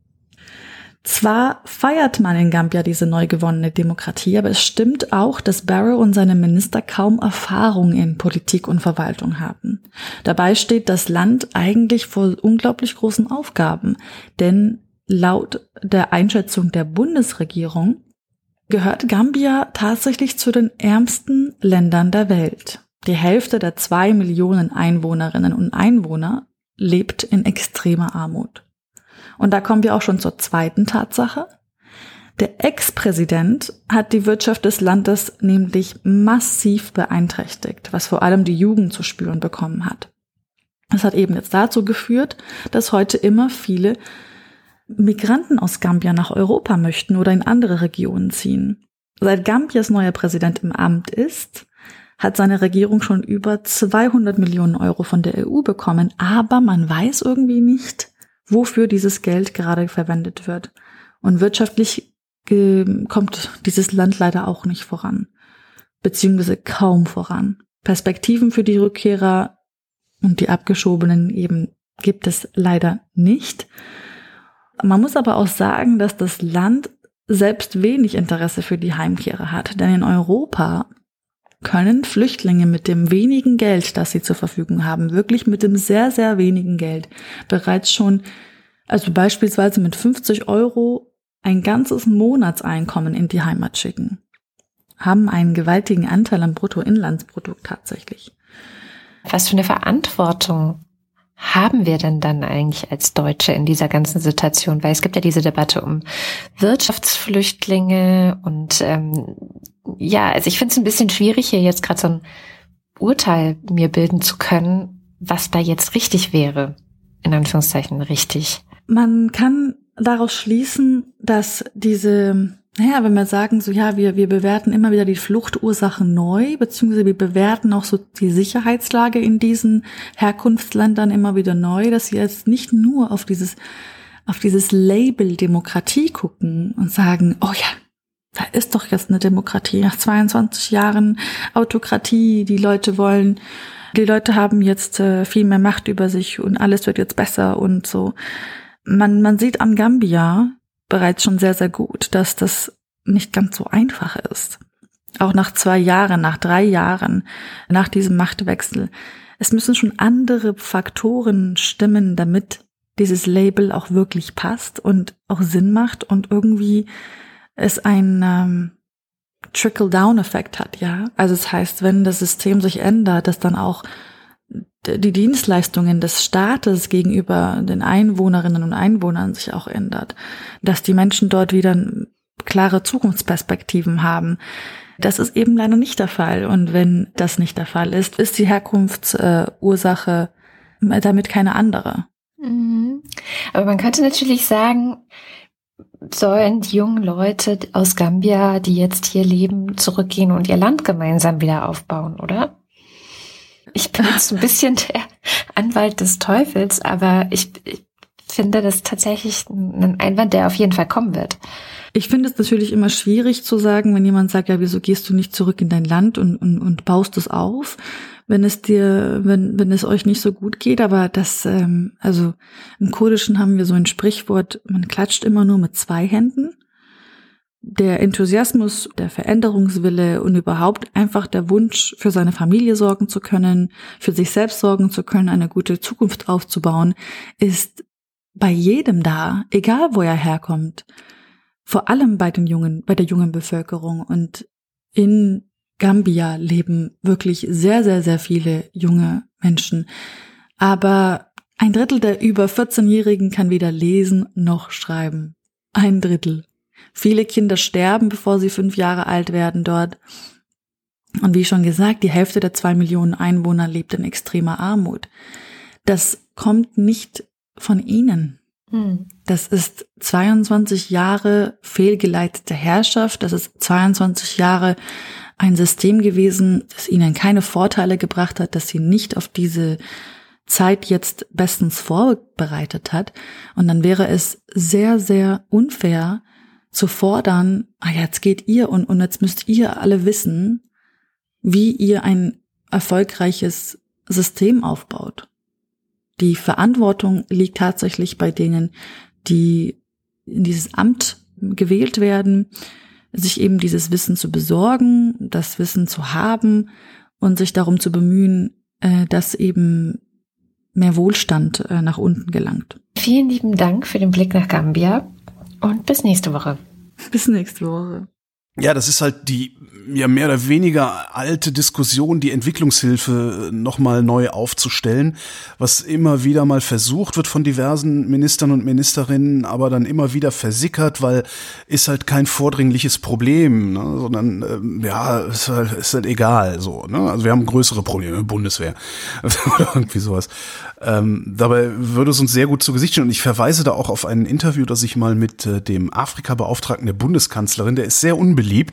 S3: Zwar feiert man in Gambia diese neu gewonnene Demokratie, aber es stimmt auch, dass Barrow und seine Minister kaum Erfahrung in Politik und Verwaltung haben. Dabei steht das Land eigentlich vor unglaublich großen Aufgaben, denn laut der Einschätzung der Bundesregierung gehört Gambia tatsächlich zu den ärmsten Ländern der Welt. Die Hälfte der 2 Millionen Einwohnerinnen und Einwohner lebt in extremer Armut. Und da kommen wir auch schon zur zweiten Tatsache. Der Ex-Präsident hat die Wirtschaft des Landes nämlich massiv beeinträchtigt, was vor allem die Jugend zu spüren bekommen hat. Das hat eben jetzt dazu geführt, dass heute immer viele Migranten aus Gambia nach Europa möchten oder in andere Regionen ziehen. Seit Gambias neuer Präsident im Amt ist, hat seine Regierung schon über 200 Millionen Euro von der EU bekommen, aber man weiß irgendwie nicht, wofür dieses Geld gerade verwendet wird. Und wirtschaftlich kommt dieses Land leider auch nicht voran, beziehungsweise kaum voran. Perspektiven für die Rückkehrer und die Abgeschobenen eben gibt es leider nicht. Man muss aber auch sagen, dass das Land selbst wenig Interesse für die Heimkehrer hat, denn in Europa können Flüchtlinge mit dem wenigen Geld, das sie zur Verfügung haben, wirklich mit dem sehr, sehr wenigen Geld bereits schon, also beispielsweise mit 50 Euro ein ganzes Monatseinkommen in die Heimat schicken. Haben einen gewaltigen Anteil am Bruttoinlandsprodukt tatsächlich.
S1: Was für eine Verantwortung haben wir denn dann eigentlich als Deutsche in dieser ganzen Situation? Weil es gibt ja diese Debatte um Wirtschaftsflüchtlinge und also ich finde es ein bisschen schwierig, hier jetzt gerade so ein Urteil mir bilden zu können, was da jetzt richtig wäre. In Anführungszeichen richtig.
S3: Man kann daraus schließen, dass wenn wir sagen, so ja, wir bewerten immer wieder die Fluchtursachen neu, beziehungsweise wir bewerten auch so die Sicherheitslage in diesen Herkunftsländern immer wieder neu, dass sie jetzt nicht nur auf dieses Label Demokratie gucken und sagen, oh ja, da ist doch jetzt eine Demokratie nach 22 Jahren Autokratie, die Leute haben jetzt viel mehr Macht über sich und alles wird jetzt besser und so. Man sieht an Gambia bereits schon sehr, sehr gut, dass das nicht ganz so einfach ist. Auch nach 2 Jahren, nach 3 Jahren, nach diesem Machtwechsel. Es müssen schon andere Faktoren stimmen, damit dieses Label auch wirklich passt und auch Sinn macht und irgendwie es einen Trickle-Down-Effekt hat, ja. Also das heißt, wenn das System sich ändert, dass dann auch die Dienstleistungen des Staates gegenüber den Einwohnerinnen und Einwohnern sich auch ändert, dass die Menschen dort wieder klare Zukunftsperspektiven haben. Das ist eben leider nicht der Fall. Und wenn das nicht der Fall ist, ist die Herkunftsursache damit keine andere.
S1: Mhm. Aber man könnte natürlich sagen, sollen die jungen Leute aus Gambia, die jetzt hier leben, zurückgehen und ihr Land gemeinsam wieder aufbauen, oder? Ich bin jetzt ein bisschen der Anwalt des Teufels, aber ich finde das tatsächlich ein Einwand, der auf jeden Fall kommen wird.
S3: Ich finde es natürlich immer schwierig zu sagen, wenn jemand sagt, ja, wieso gehst du nicht zurück in dein Land und baust es auf, wenn es euch nicht so gut geht. Aber also im Kurdischen haben wir so ein Sprichwort, man klatscht immer nur mit 2 Händen. Der Enthusiasmus, der Veränderungswille und überhaupt einfach der Wunsch, für seine Familie sorgen zu können, für sich selbst sorgen zu können, eine gute Zukunft aufzubauen, ist bei jedem da, egal wo er herkommt. Vor allem bei der jungen Bevölkerung. Und in Gambia leben wirklich sehr, sehr, sehr viele junge Menschen. Aber 1/3 der über 14-Jährigen kann weder lesen noch schreiben. 1/3. Viele Kinder sterben, bevor sie 5 Jahre alt werden dort. Und wie schon gesagt, die Hälfte der 2 Millionen Einwohner lebt in extremer Armut. Das kommt nicht von ihnen. Das ist 22 Jahre fehlgeleitete Herrschaft. Das ist 22 Jahre ein System gewesen, das ihnen keine Vorteile gebracht hat, das sie nicht auf diese Zeit jetzt bestens vorbereitet hat. Und dann wäre es sehr, sehr unfair zu fordern, jetzt geht ihr und jetzt müsst ihr alle wissen, wie ihr ein erfolgreiches System aufbaut. Die Verantwortung liegt tatsächlich bei denen, die in dieses Amt gewählt werden, sich eben dieses Wissen zu besorgen, das Wissen zu haben und sich darum zu bemühen, dass eben mehr Wohlstand nach unten gelangt.
S1: Vielen lieben Dank für den Blick nach Gambia und bis nächste Woche.
S3: Bis nächste Woche.
S2: Ja, das ist halt die mehr oder weniger alte Diskussion, die Entwicklungshilfe nochmal neu aufzustellen, was immer wieder mal versucht wird von diversen Ministern und Ministerinnen, aber dann immer wieder versickert, weil ist halt kein vordringliches Problem, ne, sondern ist halt egal so. Ne? Also wir haben größere Probleme, Bundeswehr oder irgendwie sowas. Dabei würde es uns sehr gut zu Gesicht stehen und ich verweise da auch auf ein Interview, das ich mal mit dem Afrika-Beauftragten der Bundeskanzlerin, der ist sehr unbeliebt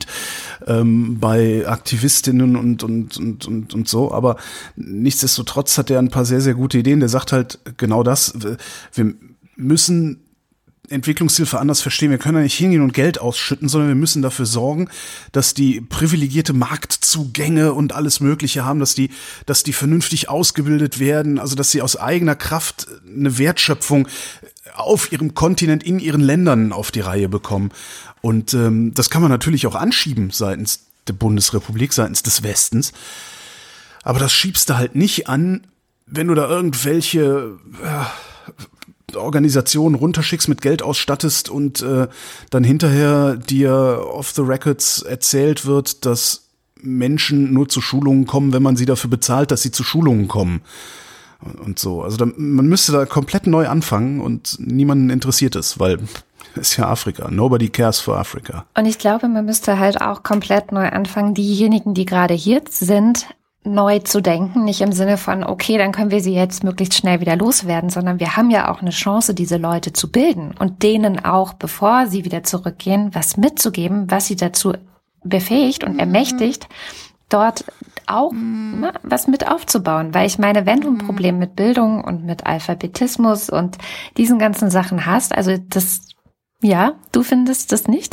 S2: bei Aktivistinnen und so, aber nichtsdestotrotz hat er ein paar sehr, sehr gute Ideen. Der sagt halt genau das, wir müssen Entwicklungshilfe anders verstehen. Wir können da nicht hingehen und Geld ausschütten, sondern wir müssen dafür sorgen, dass die privilegierte Marktzugänge und alles Mögliche haben, dass die vernünftig ausgebildet werden, also dass sie aus eigener Kraft eine Wertschöpfung auf ihrem Kontinent, in ihren Ländern auf die Reihe bekommen. Und das kann man natürlich auch anschieben seitens der Bundesrepublik, seitens des Westens. Aber das schiebst du halt nicht an, wenn du da irgendwelche Organisationen runterschickst, mit Geld ausstattest und dann hinterher dir off the records erzählt wird, dass Menschen nur zu Schulungen kommen, wenn man sie dafür bezahlt, dass sie zu Schulungen kommen. Und so. Also man müsste da komplett neu anfangen und niemanden interessiert es, weil ist ja Afrika. Nobody cares for Africa.
S1: Und ich glaube, man müsste halt auch komplett neu anfangen. Diejenigen, die gerade hier sind, neu zu denken, nicht im Sinne von, okay, dann können wir sie jetzt möglichst schnell wieder loswerden, sondern wir haben ja auch eine Chance, diese Leute zu bilden und denen auch, bevor sie wieder zurückgehen, was mitzugeben, was sie dazu befähigt und ermächtigt, dort auch was mit aufzubauen. Weil ich meine, wenn du ein Problem mit Bildung und mit Alphabetismus und diesen ganzen Sachen hast, also das, ja, du findest das nicht?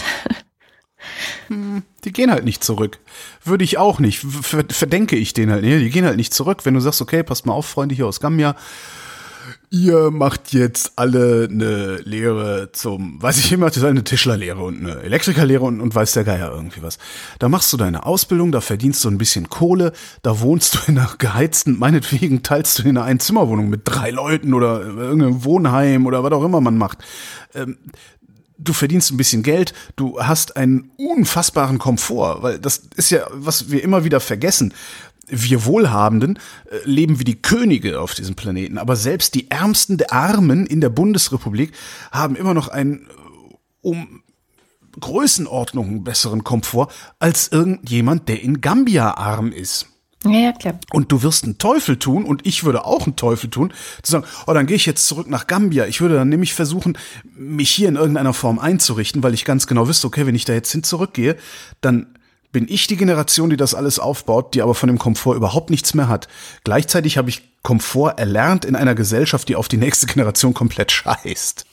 S2: Die gehen halt nicht zurück. Würde ich auch nicht. Verdenke ich denen halt nicht. Die gehen halt nicht zurück. Wenn du sagst, okay, passt mal auf, Freunde hier aus Gambia, ihr macht jetzt alle eine Lehre zum, weiß ich immer, eine Tischlerlehre und eine Elektrikerlehre und weiß der Geier irgendwie was. Da machst du deine Ausbildung, da verdienst du ein bisschen Kohle, da wohnst du in einer geheizten, meinetwegen teilst du in einer Einzimmerwohnung mit 3 Leuten oder irgendeinem Wohnheim oder was auch immer man macht. Du verdienst ein bisschen Geld, du hast einen unfassbaren Komfort, weil das ist ja, was wir immer wieder vergessen. Wir Wohlhabenden leben wie die Könige auf diesem Planeten, aber selbst die Ärmsten der Armen in der Bundesrepublik haben immer noch einen um Größenordnung besseren Komfort als irgendjemand, der in Gambia arm ist.
S1: Ja, klar.
S2: Und du wirst einen Teufel tun, und ich würde auch einen Teufel tun, zu sagen, oh, dann gehe ich jetzt zurück nach Gambia. Ich würde dann nämlich versuchen, mich hier in irgendeiner Form einzurichten, weil ich ganz genau wüsste, okay, wenn ich da jetzt hin zurückgehe, dann bin ich die Generation, die das alles aufbaut, die aber von dem Komfort überhaupt nichts mehr hat. Gleichzeitig habe ich Komfort erlernt in einer Gesellschaft, die auf die nächste Generation komplett scheißt.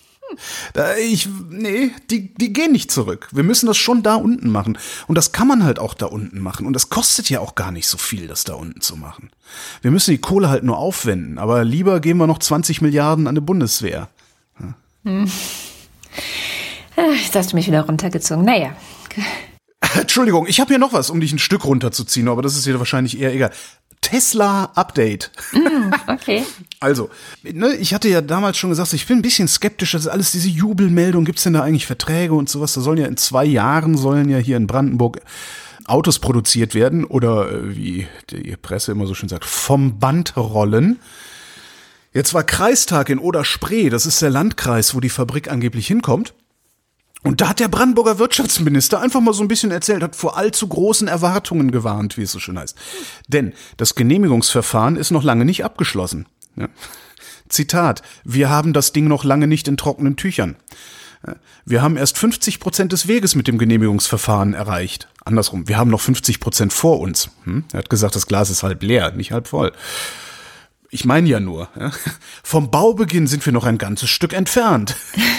S2: Die gehen nicht zurück. Wir müssen das schon da unten machen. Und das kann man halt auch da unten machen. Und das kostet ja auch gar nicht so viel, das da unten zu machen. Wir müssen die Kohle halt nur aufwenden. Aber lieber geben wir noch 20 Milliarden an die Bundeswehr.
S1: Jetzt hast du mich wieder runtergezogen. Naja.
S2: Entschuldigung, ich habe hier noch was, um dich ein Stück runterzuziehen, aber das ist dir wahrscheinlich eher egal. Tesla-Update.
S1: Okay.
S2: Also, ich hatte ja damals schon gesagt, ich bin ein bisschen skeptisch, das ist alles diese Jubelmeldung, gibt's denn da eigentlich Verträge und sowas? Da sollen ja in 2 Jahren hier in Brandenburg Autos produziert werden oder wie die Presse immer so schön sagt, vom Band rollen. Jetzt war Kreistag in Oder-Spree, das ist der Landkreis, wo die Fabrik angeblich hinkommt. Und da hat der Brandenburger Wirtschaftsminister einfach mal so ein bisschen erzählt, hat vor allzu großen Erwartungen gewarnt, wie es so schön heißt. Denn das Genehmigungsverfahren ist noch lange nicht abgeschlossen. Ja. Zitat, wir haben das Ding noch lange nicht in trockenen Tüchern. Wir haben erst 50% des Weges mit dem Genehmigungsverfahren erreicht. Andersrum, wir haben noch 50% vor uns. Er hat gesagt, das Glas ist halb leer, nicht halb voll. Ich meine ja nur, vom Baubeginn sind wir noch ein ganzes Stück entfernt.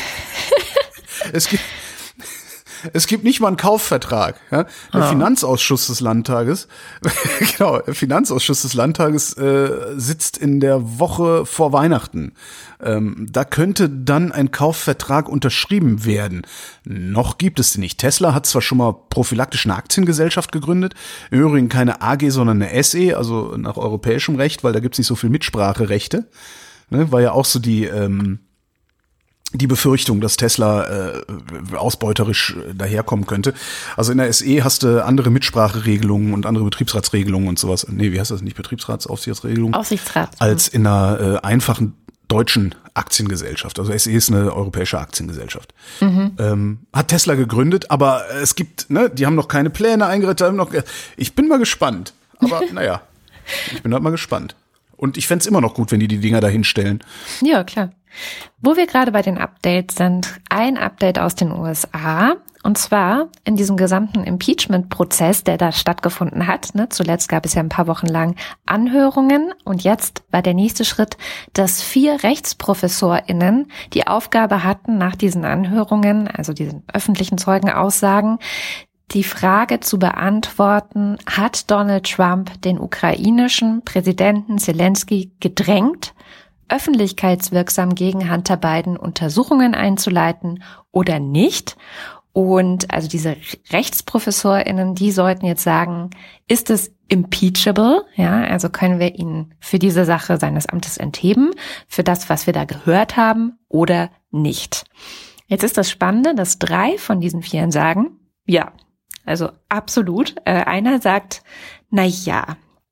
S2: Es gibt nicht mal einen Kaufvertrag. Ja? Der Finanzausschuss des Landtages, genau, der Finanzausschuss des Landtages sitzt in der Woche vor Weihnachten. Da könnte dann ein Kaufvertrag unterschrieben werden. Noch gibt es den nicht. Tesla hat zwar schon mal prophylaktisch eine Aktiengesellschaft gegründet, im Übrigen keine AG, sondern eine SE, also nach europäischem Recht, weil da gibt's nicht so viel Mitspracherechte. Ne? War ja auch so die Befürchtung, dass Tesla ausbeuterisch daherkommen könnte. Also in der SE hast du andere Mitspracheregelungen und andere Betriebsratsregelungen und sowas. Nee, wie heißt das? Nicht Betriebsratsaufsichtsregelung?
S1: Aufsichtsrat.
S2: Als in einer einfachen deutschen Aktiengesellschaft. Also SE ist eine europäische Aktiengesellschaft. Hat Tesla gegründet, aber es gibt, die haben noch keine Pläne eingerichtet. Ich bin mal gespannt. Aber naja, ich bin halt mal gespannt. Und ich fänd's immer noch gut, wenn die Dinger da hinstellen.
S1: Ja, klar. Wo wir gerade bei den Updates sind, ein Update aus den USA, und zwar in diesem gesamten Impeachment-Prozess, der da stattgefunden hat. Zuletzt gab es ja ein paar Wochen lang Anhörungen, und jetzt war der nächste Schritt, dass 4 RechtsprofessorInnen die Aufgabe hatten, nach diesen Anhörungen, also diesen öffentlichen Zeugenaussagen, die Frage zu beantworten, hat Donald Trump den ukrainischen Präsidenten Zelensky gedrängt, öffentlichkeitswirksam gegen Hunter Biden Untersuchungen einzuleiten oder nicht? Und also diese RechtsprofessorInnen, die sollten jetzt sagen, ist es impeachable? Ja, also können wir ihn für diese Sache seines Amtes entheben, für das, was wir da gehört haben, oder nicht? Jetzt ist das Spannende, dass 3 von diesen 4 sagen, ja, also absolut. Einer sagt, na ja,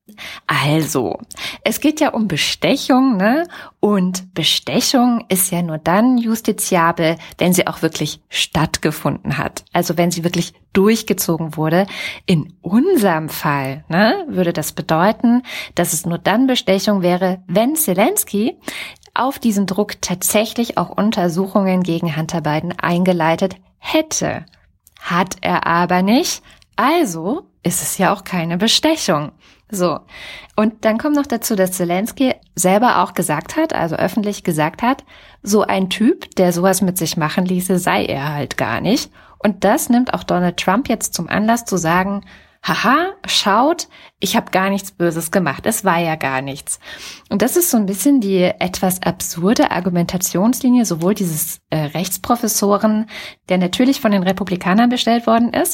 S1: Also, es geht ja um Bestechung, ne? Und Bestechung ist ja nur dann justiziabel, wenn sie auch wirklich stattgefunden hat. Also wenn sie wirklich durchgezogen wurde. In unserem Fall, ne, würde das bedeuten, dass es nur dann Bestechung wäre, wenn Zelensky auf diesen Druck tatsächlich auch Untersuchungen gegen Hunter Biden eingeleitet hätte. Hat er aber nicht, also ist es ja auch keine Bestechung. So, und dann kommt noch dazu, dass Zelensky selber auch gesagt hat, also öffentlich gesagt hat, so ein Typ, der sowas mit sich machen ließe, sei er halt gar nicht. Und das nimmt auch Donald Trump jetzt zum Anlass zu sagen, haha, schaut, ich habe gar nichts Böses gemacht, es war ja gar nichts. Und das ist so ein bisschen die etwas absurde Argumentationslinie, sowohl dieses Rechtsprofessoren, der natürlich von den Republikanern bestellt worden ist,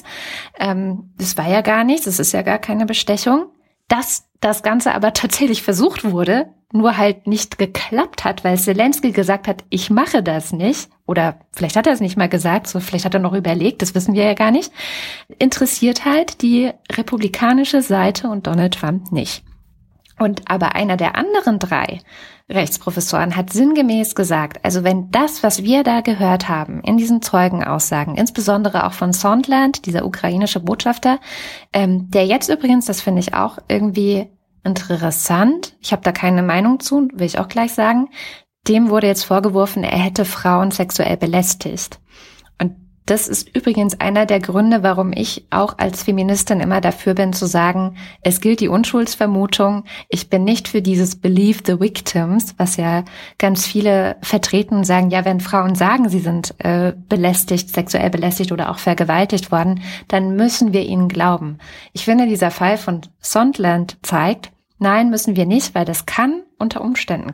S1: das war ja gar nichts, es ist ja gar keine Bestechung, dass das Ganze aber tatsächlich versucht wurde, nur halt nicht geklappt hat, weil Zelensky gesagt hat, ich mache das nicht. Oder vielleicht hat er es nicht mal gesagt, so vielleicht hat er noch überlegt, das wissen wir ja gar nicht. Interessiert halt die republikanische Seite und Donald Trump nicht. Und aber einer der anderen 3 Rechtsprofessoren hat sinngemäß gesagt, also wenn das, was wir da gehört haben, in diesen Zeugenaussagen, insbesondere auch von Sondland, dieser ukrainische Botschafter, der jetzt übrigens, das finde ich auch irgendwie interessant, ich habe da keine Meinung zu, will ich auch gleich sagen, dem wurde jetzt vorgeworfen, er hätte Frauen sexuell belästigt. Und das ist übrigens einer der Gründe, warum ich auch als Feministin immer dafür bin zu sagen, es gilt die Unschuldsvermutung. Ich bin nicht für dieses Believe the Victims, was ja ganz viele vertreten und sagen, ja, wenn Frauen sagen, sie sind belästigt, sexuell belästigt oder auch vergewaltigt worden, dann müssen wir ihnen glauben. Ich finde, dieser Fall von Sondland zeigt, nein, müssen wir nicht, weil das kann unter Umständen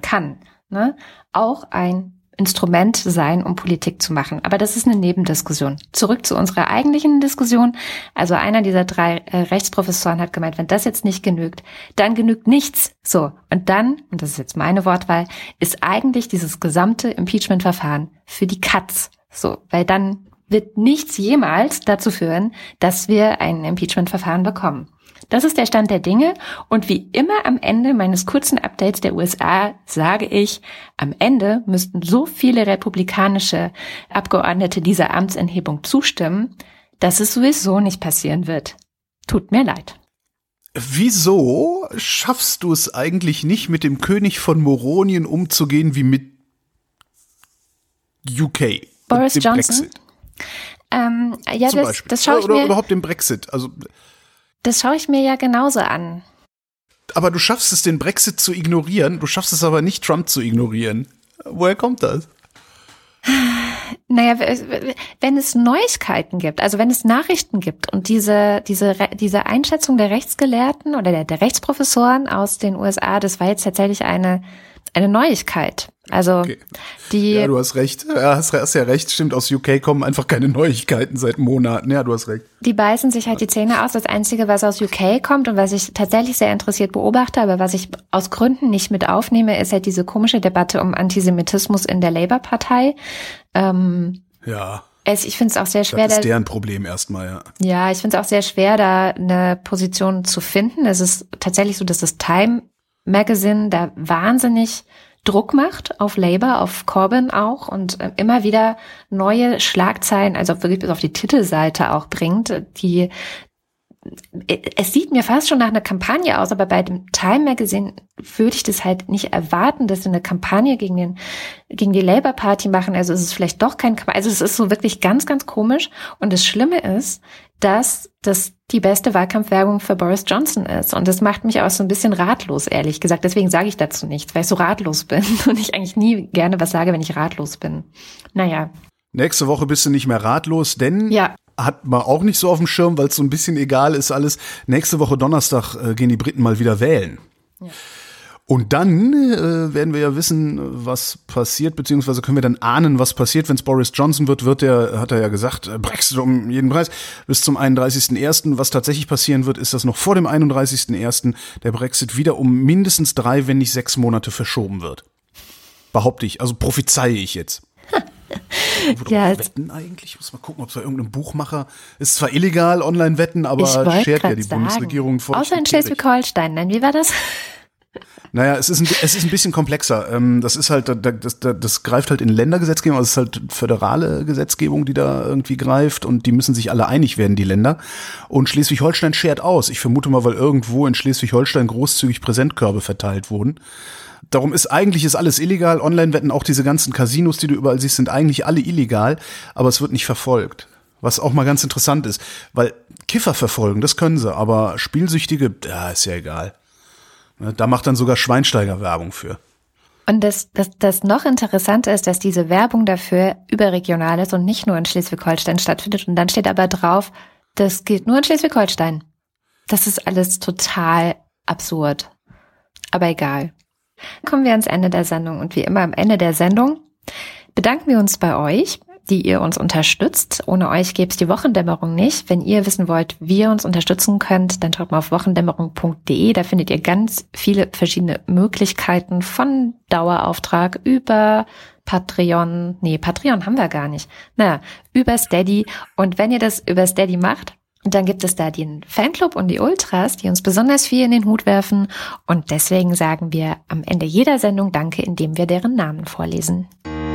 S1: auch ein Instrument sein, um Politik zu machen. Aber das ist eine Nebendiskussion. Zurück zu unserer eigentlichen Diskussion. Also einer dieser 3 Rechtsprofessoren hat gemeint, wenn das jetzt nicht genügt, dann genügt nichts. So, und dann, und das ist jetzt meine Wortwahl, ist eigentlich dieses gesamte Impeachment-Verfahren für die Katz. So, weil dann wird nichts jemals dazu führen, dass wir ein Impeachment-Verfahren bekommen. Das ist der Stand der Dinge und wie immer am Ende meines kurzen Updates der USA sage ich, am Ende müssten so viele republikanische Abgeordnete dieser Amtsenthebung zustimmen, dass es sowieso nicht passieren wird. Tut mir leid.
S2: Wieso schaffst du es eigentlich nicht, mit dem König von Moronien umzugehen wie mit UK?
S1: Boris Johnson? Ja,
S2: zum Beispiel.
S1: Das schaue ich
S2: oder
S1: mir...
S2: überhaupt den Brexit, also...
S1: Das schaue ich mir ja genauso an.
S2: Aber du schaffst es, den Brexit zu ignorieren, du schaffst es aber nicht, Trump zu ignorieren. Woher kommt das?
S1: Naja, wenn es Neuigkeiten gibt, also wenn es Nachrichten gibt und diese Einschätzung der Rechtsgelehrten oder der Rechtsprofessoren aus den USA, das war jetzt tatsächlich eine Neuigkeit. Also
S2: okay. Ja, du hast recht. Ja, hast ja recht. Stimmt, aus UK kommen einfach keine Neuigkeiten seit Monaten. Ja, du hast recht.
S1: Die beißen sich halt die Zähne aus. Das Einzige, was aus UK kommt und was ich tatsächlich sehr interessiert beobachte, aber was ich aus Gründen nicht mit aufnehme, ist halt diese komische Debatte um Antisemitismus in der Labour-Partei.
S2: Ja.
S1: Ich finde es auch sehr schwer.
S2: Das ist deren Problem erstmal, ja.
S1: Ja, ich finde es auch sehr schwer, da eine Position zu finden. Es ist tatsächlich so, dass das Time Magazine da wahnsinnig Druck macht auf Labour, auf Corbyn auch und immer wieder neue Schlagzeilen, also wirklich bis auf die Titelseite auch bringt, es sieht mir fast schon nach einer Kampagne aus, aber bei dem Time Magazine würde ich das halt nicht erwarten, dass sie eine Kampagne gegen die Labour Party machen. Also es ist vielleicht doch also es ist so wirklich ganz, ganz komisch. Und das Schlimme ist, dass das die beste Wahlkampfwerbung für Boris Johnson ist. Und das macht mich auch so ein bisschen ratlos, ehrlich gesagt. Deswegen sage ich dazu nichts, weil ich so ratlos bin und ich eigentlich nie gerne was sage, wenn ich ratlos bin. Naja.
S2: Nächste Woche bist du nicht mehr ratlos, denn
S1: ja.
S2: Hat man auch nicht so auf dem Schirm, weil es so ein bisschen egal ist alles. Nächste Woche Donnerstag gehen die Briten mal wieder wählen. Ja. Und dann werden wir ja wissen, was passiert, beziehungsweise können wir dann ahnen, was passiert, wenn es Boris Johnson wird, hat er ja gesagt, Brexit um jeden Preis bis zum 31.01. Was tatsächlich passieren wird, ist, dass noch vor dem 31.01. der Brexit wieder um mindestens 3, wenn nicht 6 Monate verschoben wird. Behaupte ich, also prophezeie ich jetzt. Ja, wetten eigentlich? Ich muss mal gucken, ob es bei irgendeinem Buchmacher ist. Zwar illegal, Online-Wetten, aber schert ja die Bundesregierung vor.
S1: Außer in Schleswig-Holstein. Nein, wie war das?
S2: Naja, es ist ein bisschen komplexer. Das ist halt, das greift halt in Ländergesetzgebung, also es ist halt föderale Gesetzgebung, die da irgendwie greift und die müssen sich alle einig werden, die Länder. Und Schleswig-Holstein schert aus. Ich vermute mal, weil irgendwo in Schleswig-Holstein großzügig Präsentkörbe verteilt wurden. Darum ist alles illegal. Online-Wetten, auch diese ganzen Casinos, die du überall siehst, sind eigentlich alle illegal, aber es wird nicht verfolgt. Was auch mal ganz interessant ist, weil Kiffer verfolgen, das können sie, aber Spielsüchtige, ja, ist ja egal. Da macht dann sogar Schweinsteiger Werbung für.
S1: Und das noch Interessante ist, dass diese Werbung dafür überregional ist und nicht nur in Schleswig-Holstein stattfindet. Und dann steht aber drauf, das gilt nur in Schleswig-Holstein. Das ist alles total absurd. Aber egal. Kommen wir ans Ende der Sendung. Und wie immer am Ende der Sendung bedanken wir uns bei euch, die ihr uns unterstützt. Ohne euch gäbe es die Wochendämmerung nicht. Wenn ihr wissen wollt, wie ihr uns unterstützen könnt, dann schaut mal auf wochendämmerung.de. Da findet ihr ganz viele verschiedene Möglichkeiten von Dauerauftrag über Patreon. Nee, Patreon haben wir gar nicht. Über Steady. Und wenn ihr das über Steady macht, dann gibt es da den Fanclub und die Ultras, die uns besonders viel in den Hut werfen. Und deswegen sagen wir am Ende jeder Sendung Danke, indem wir deren Namen vorlesen.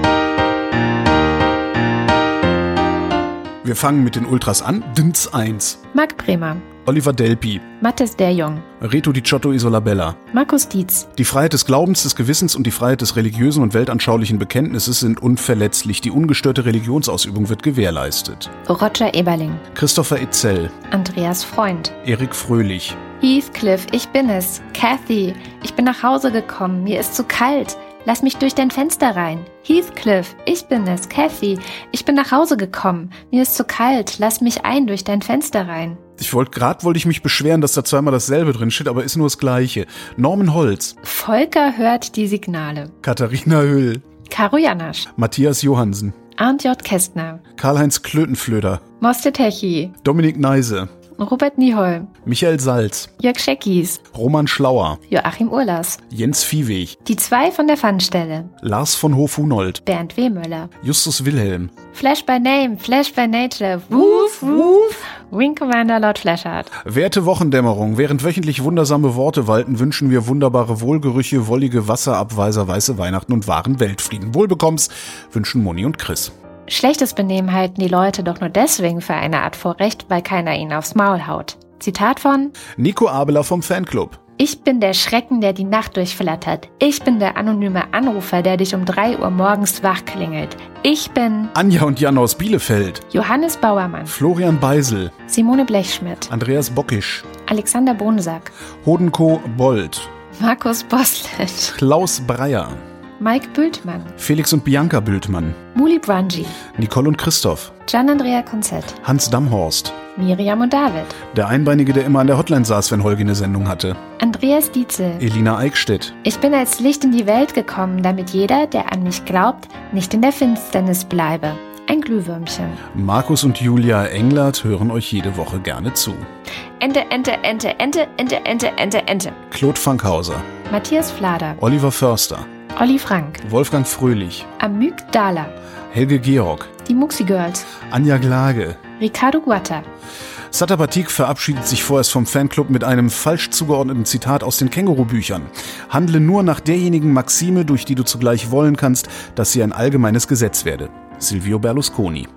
S2: Wir fangen mit den Ultras an. Dins 1.
S1: Marc Bremer.
S2: Oliver Delpi.
S1: Mathis Derjong.
S2: Reto Di Ciotto Isolabella.
S1: Markus Dietz.
S2: Die Freiheit des Glaubens, des Gewissens und die Freiheit des religiösen und weltanschaulichen Bekenntnisses sind unverletzlich. Die ungestörte Religionsausübung wird gewährleistet.
S1: Roger Eberling.
S2: Christopher Etzel.
S1: Andreas Freund.
S2: Erik Fröhlich.
S1: Heathcliff, ich bin es. Kathy, ich bin nach Hause gekommen. Mir ist zu kalt. Lass mich durch dein Fenster rein. Heathcliff, ich bin es. Kathy, ich bin nach Hause gekommen. Mir ist zu kalt. Lass mich ein durch dein Fenster rein.
S2: Wollte ich mich beschweren, dass da zweimal dasselbe drin steht, aber ist nur das Gleiche. Norman Holz.
S1: Volker hört die Signale.
S2: Katharina Hüll.
S1: Karo Janasch.
S2: Matthias Johansen.
S1: Arndt J. Kästner.
S2: Karl-Heinz Klötenflöder.
S1: Moste Techi.
S2: Dominik Neise.
S1: Robert Nieholm.
S2: Michael Salz.
S1: Jörg Scheckis.
S2: Roman Schlauer.
S1: Joachim Urlas.
S2: Jens Viehweg.
S1: Die 2 von der Pfannstelle.
S2: Lars von Hof-Hunold.
S1: Bernd Wehmöller.
S2: Justus Wilhelm.
S1: Flash by Name, Flash by Nature. Woof, woof. Wing Commander Lord Flashheart.
S2: Werte Wochendämmerung, während wöchentlich wundersame Worte walten, wünschen wir wunderbare Wohlgerüche, wollige Wasserabweiser, weiße Weihnachten und wahren Weltfrieden. Wohlbekomm's wünschen Moni und Chris.
S1: Schlechtes Benehmen halten die Leute doch nur deswegen für eine Art Vorrecht, weil keiner ihnen aufs Maul haut. Zitat von
S2: Nico Abeler vom Fanclub.
S1: Ich bin der Schrecken, der die Nacht durchflattert. Ich bin der anonyme Anrufer, der dich um 3 Uhr morgens wach klingelt. Ich bin
S2: Anja und Jan aus Bielefeld.
S1: Johannes Bauermann.
S2: Florian Beisel.
S1: Simone Blechschmidt.
S2: Andreas Bockisch.
S1: Alexander Bonsack.
S2: Hodenko Bold.
S1: Markus Boslett.
S2: Klaus Breyer.
S1: Mike Bültmann.
S2: Felix und Bianca Bültmann.
S1: Muli Brunji.
S2: Nicole und Christoph.
S1: Gian-Andrea Konzett.
S2: Hans Damhorst.
S1: Miriam und David.
S2: Der Einbeinige, der immer an der Hotline saß, wenn Holgi eine Sendung hatte.
S1: Andreas Dietzel.
S2: Elina Eickstedt.
S1: Ich bin als Licht in die Welt gekommen, damit jeder, der an mich glaubt, nicht in der Finsternis bleibe. Ein Glühwürmchen.
S2: Markus und Julia Englert hören euch jede Woche gerne zu.
S1: Ente, Ente, Ente, Ente, Ente, Ente, Ente, Ente.
S2: Claude Fankhauser.
S1: Matthias Flader.
S2: Oliver Förster.
S1: Olli Frank.
S2: Wolfgang Fröhlich.
S1: Amygdala.
S2: Helge Georg.
S1: Die Muxi Girls.
S2: Anja Glage.
S1: Ricardo Guatta.
S2: Satabatik verabschiedet sich vorerst vom Fanclub mit einem falsch zugeordneten Zitat aus den Känguru-Büchern. Handle nur nach derjenigen Maxime, durch die du zugleich wollen kannst, dass sie ein allgemeines Gesetz werde. Silvio Berlusconi.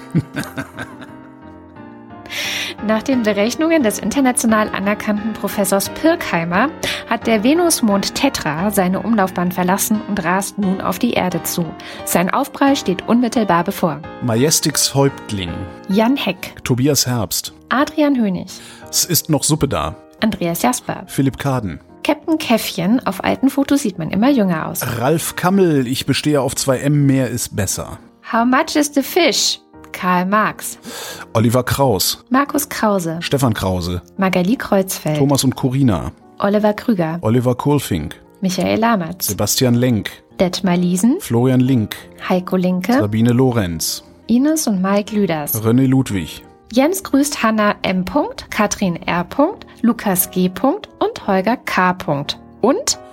S1: Nach den Berechnungen des international anerkannten Professors Pirkheimer hat der Venusmond Tetra seine Umlaufbahn verlassen und rast nun auf die Erde zu. Sein Aufprall steht unmittelbar bevor.
S2: Majestix Häuptling.
S1: Jan Heck.
S2: Tobias Herbst.
S1: Adrian Hönig.
S2: Es ist noch Suppe da.
S1: Andreas Jasper.
S2: Philipp Kaden.
S1: Captain Käffchen. Auf alten Fotos sieht man immer jünger aus.
S2: Ralf Kammel. Ich bestehe auf 2M, mehr ist besser.
S1: How much is the fish? Karl Marx.
S2: Oliver Kraus.
S1: Markus Krause.
S2: Stefan Krause.
S1: Magali Kreuzfeld.
S2: Thomas und Corina.
S1: Oliver Krüger.
S2: Oliver Kohlfink.
S1: Michael Lamertz.
S2: Sebastian Lenk.
S1: Detmar Liesen.
S2: Florian Link.
S1: Heiko Linke.
S2: Sabine Lorenz.
S1: Ines und Mike Lüders.
S2: René Ludwig.
S1: Jens grüßt Hanna M. Katrin R. Lukas G. und Holger K. Und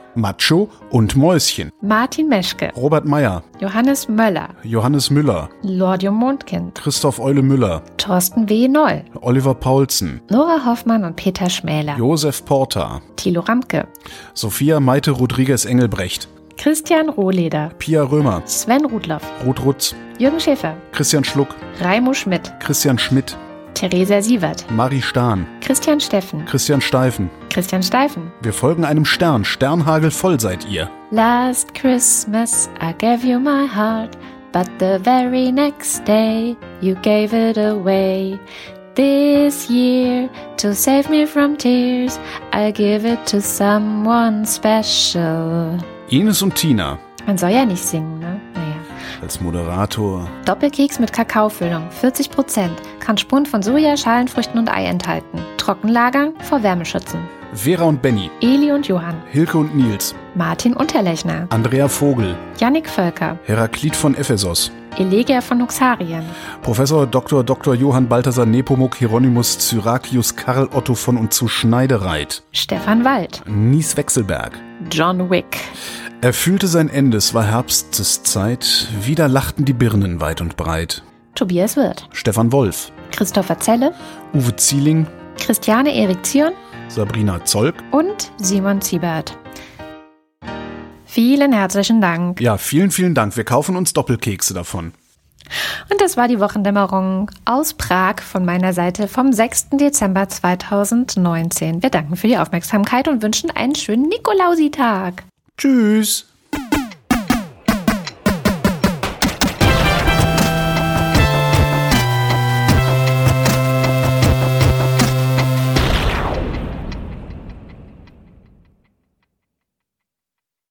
S2: Macho und Mäuschen.
S1: Martin Meschke,
S2: Robert Meyer,
S1: Johannes Möller,
S2: Johannes Müller,
S1: Lordium Mondkind,
S2: Christoph Eule Müller,
S1: Thorsten W. Noll,
S2: Oliver Paulsen,
S1: Nora Hoffmann und Peter Schmäler,
S2: Josef Porta,
S1: Thilo Ramke,
S2: Sophia Maite Rodriguez Engelbrecht,
S1: Christian Rohleder,
S2: Pia Römer,
S1: Sven Rudloff,
S2: Ruth Rutz,
S1: Jürgen Schäfer,
S2: Christian Schluck,
S1: Raimo Schmidt,
S2: Christian Schmidt,
S1: Theresa Sievert,
S2: Marie Stahn,
S1: Christian Steffen,
S2: Christian Steifen.
S1: Christian Steifen.
S2: Wir folgen einem Stern. Sternhagel voll seid ihr.
S1: Last Christmas I gave you my heart, but the very next day you gave it away. This year, to save me from tears, I give it to someone special.
S2: Ines und Tina.
S1: Man soll ja nicht singen, ne? Naja.
S2: Als Moderator.
S1: Doppelkeks mit Kakaofüllung, 40%. Kann Spuren von Soja, Schalenfrüchten und Ei enthalten. Trockenlagern vor Wärmeschützen.
S2: Vera und Benny.
S1: Eli und Johann.
S2: Hilke und Nils.
S1: Martin Unterlechner.
S2: Andrea Vogel.
S1: Jannik Völker.
S2: Heraklit von Ephesos.
S1: Elegia von Huxarien.
S2: Professor Dr. Johann Balthasar Nepomuk Hieronymus Cyrakius Karl Otto von und zu Schneidereit.
S1: Stefan Wald.
S2: Nies Wechselberg.
S1: John Wick.
S2: Er fühlte sein Ende, es war Herbsteszeit. Wieder lachten die Birnen weit und breit.
S1: Tobias Wirth.
S2: Stefan Wolf.
S1: Christopher Zelle.
S2: Uwe Zieling.
S1: Christiane Erik Zion.
S2: Sabrina Zolk.
S1: Und Simon Ziebert. Vielen herzlichen Dank.
S2: Ja, vielen, vielen Dank. Wir kaufen uns Doppelkekse davon.
S1: Und das war die Wochendämmerung aus Prag von meiner Seite vom 6. Dezember 2019. Wir danken für die Aufmerksamkeit und wünschen einen schönen Nikolausitag.
S2: Tschüss.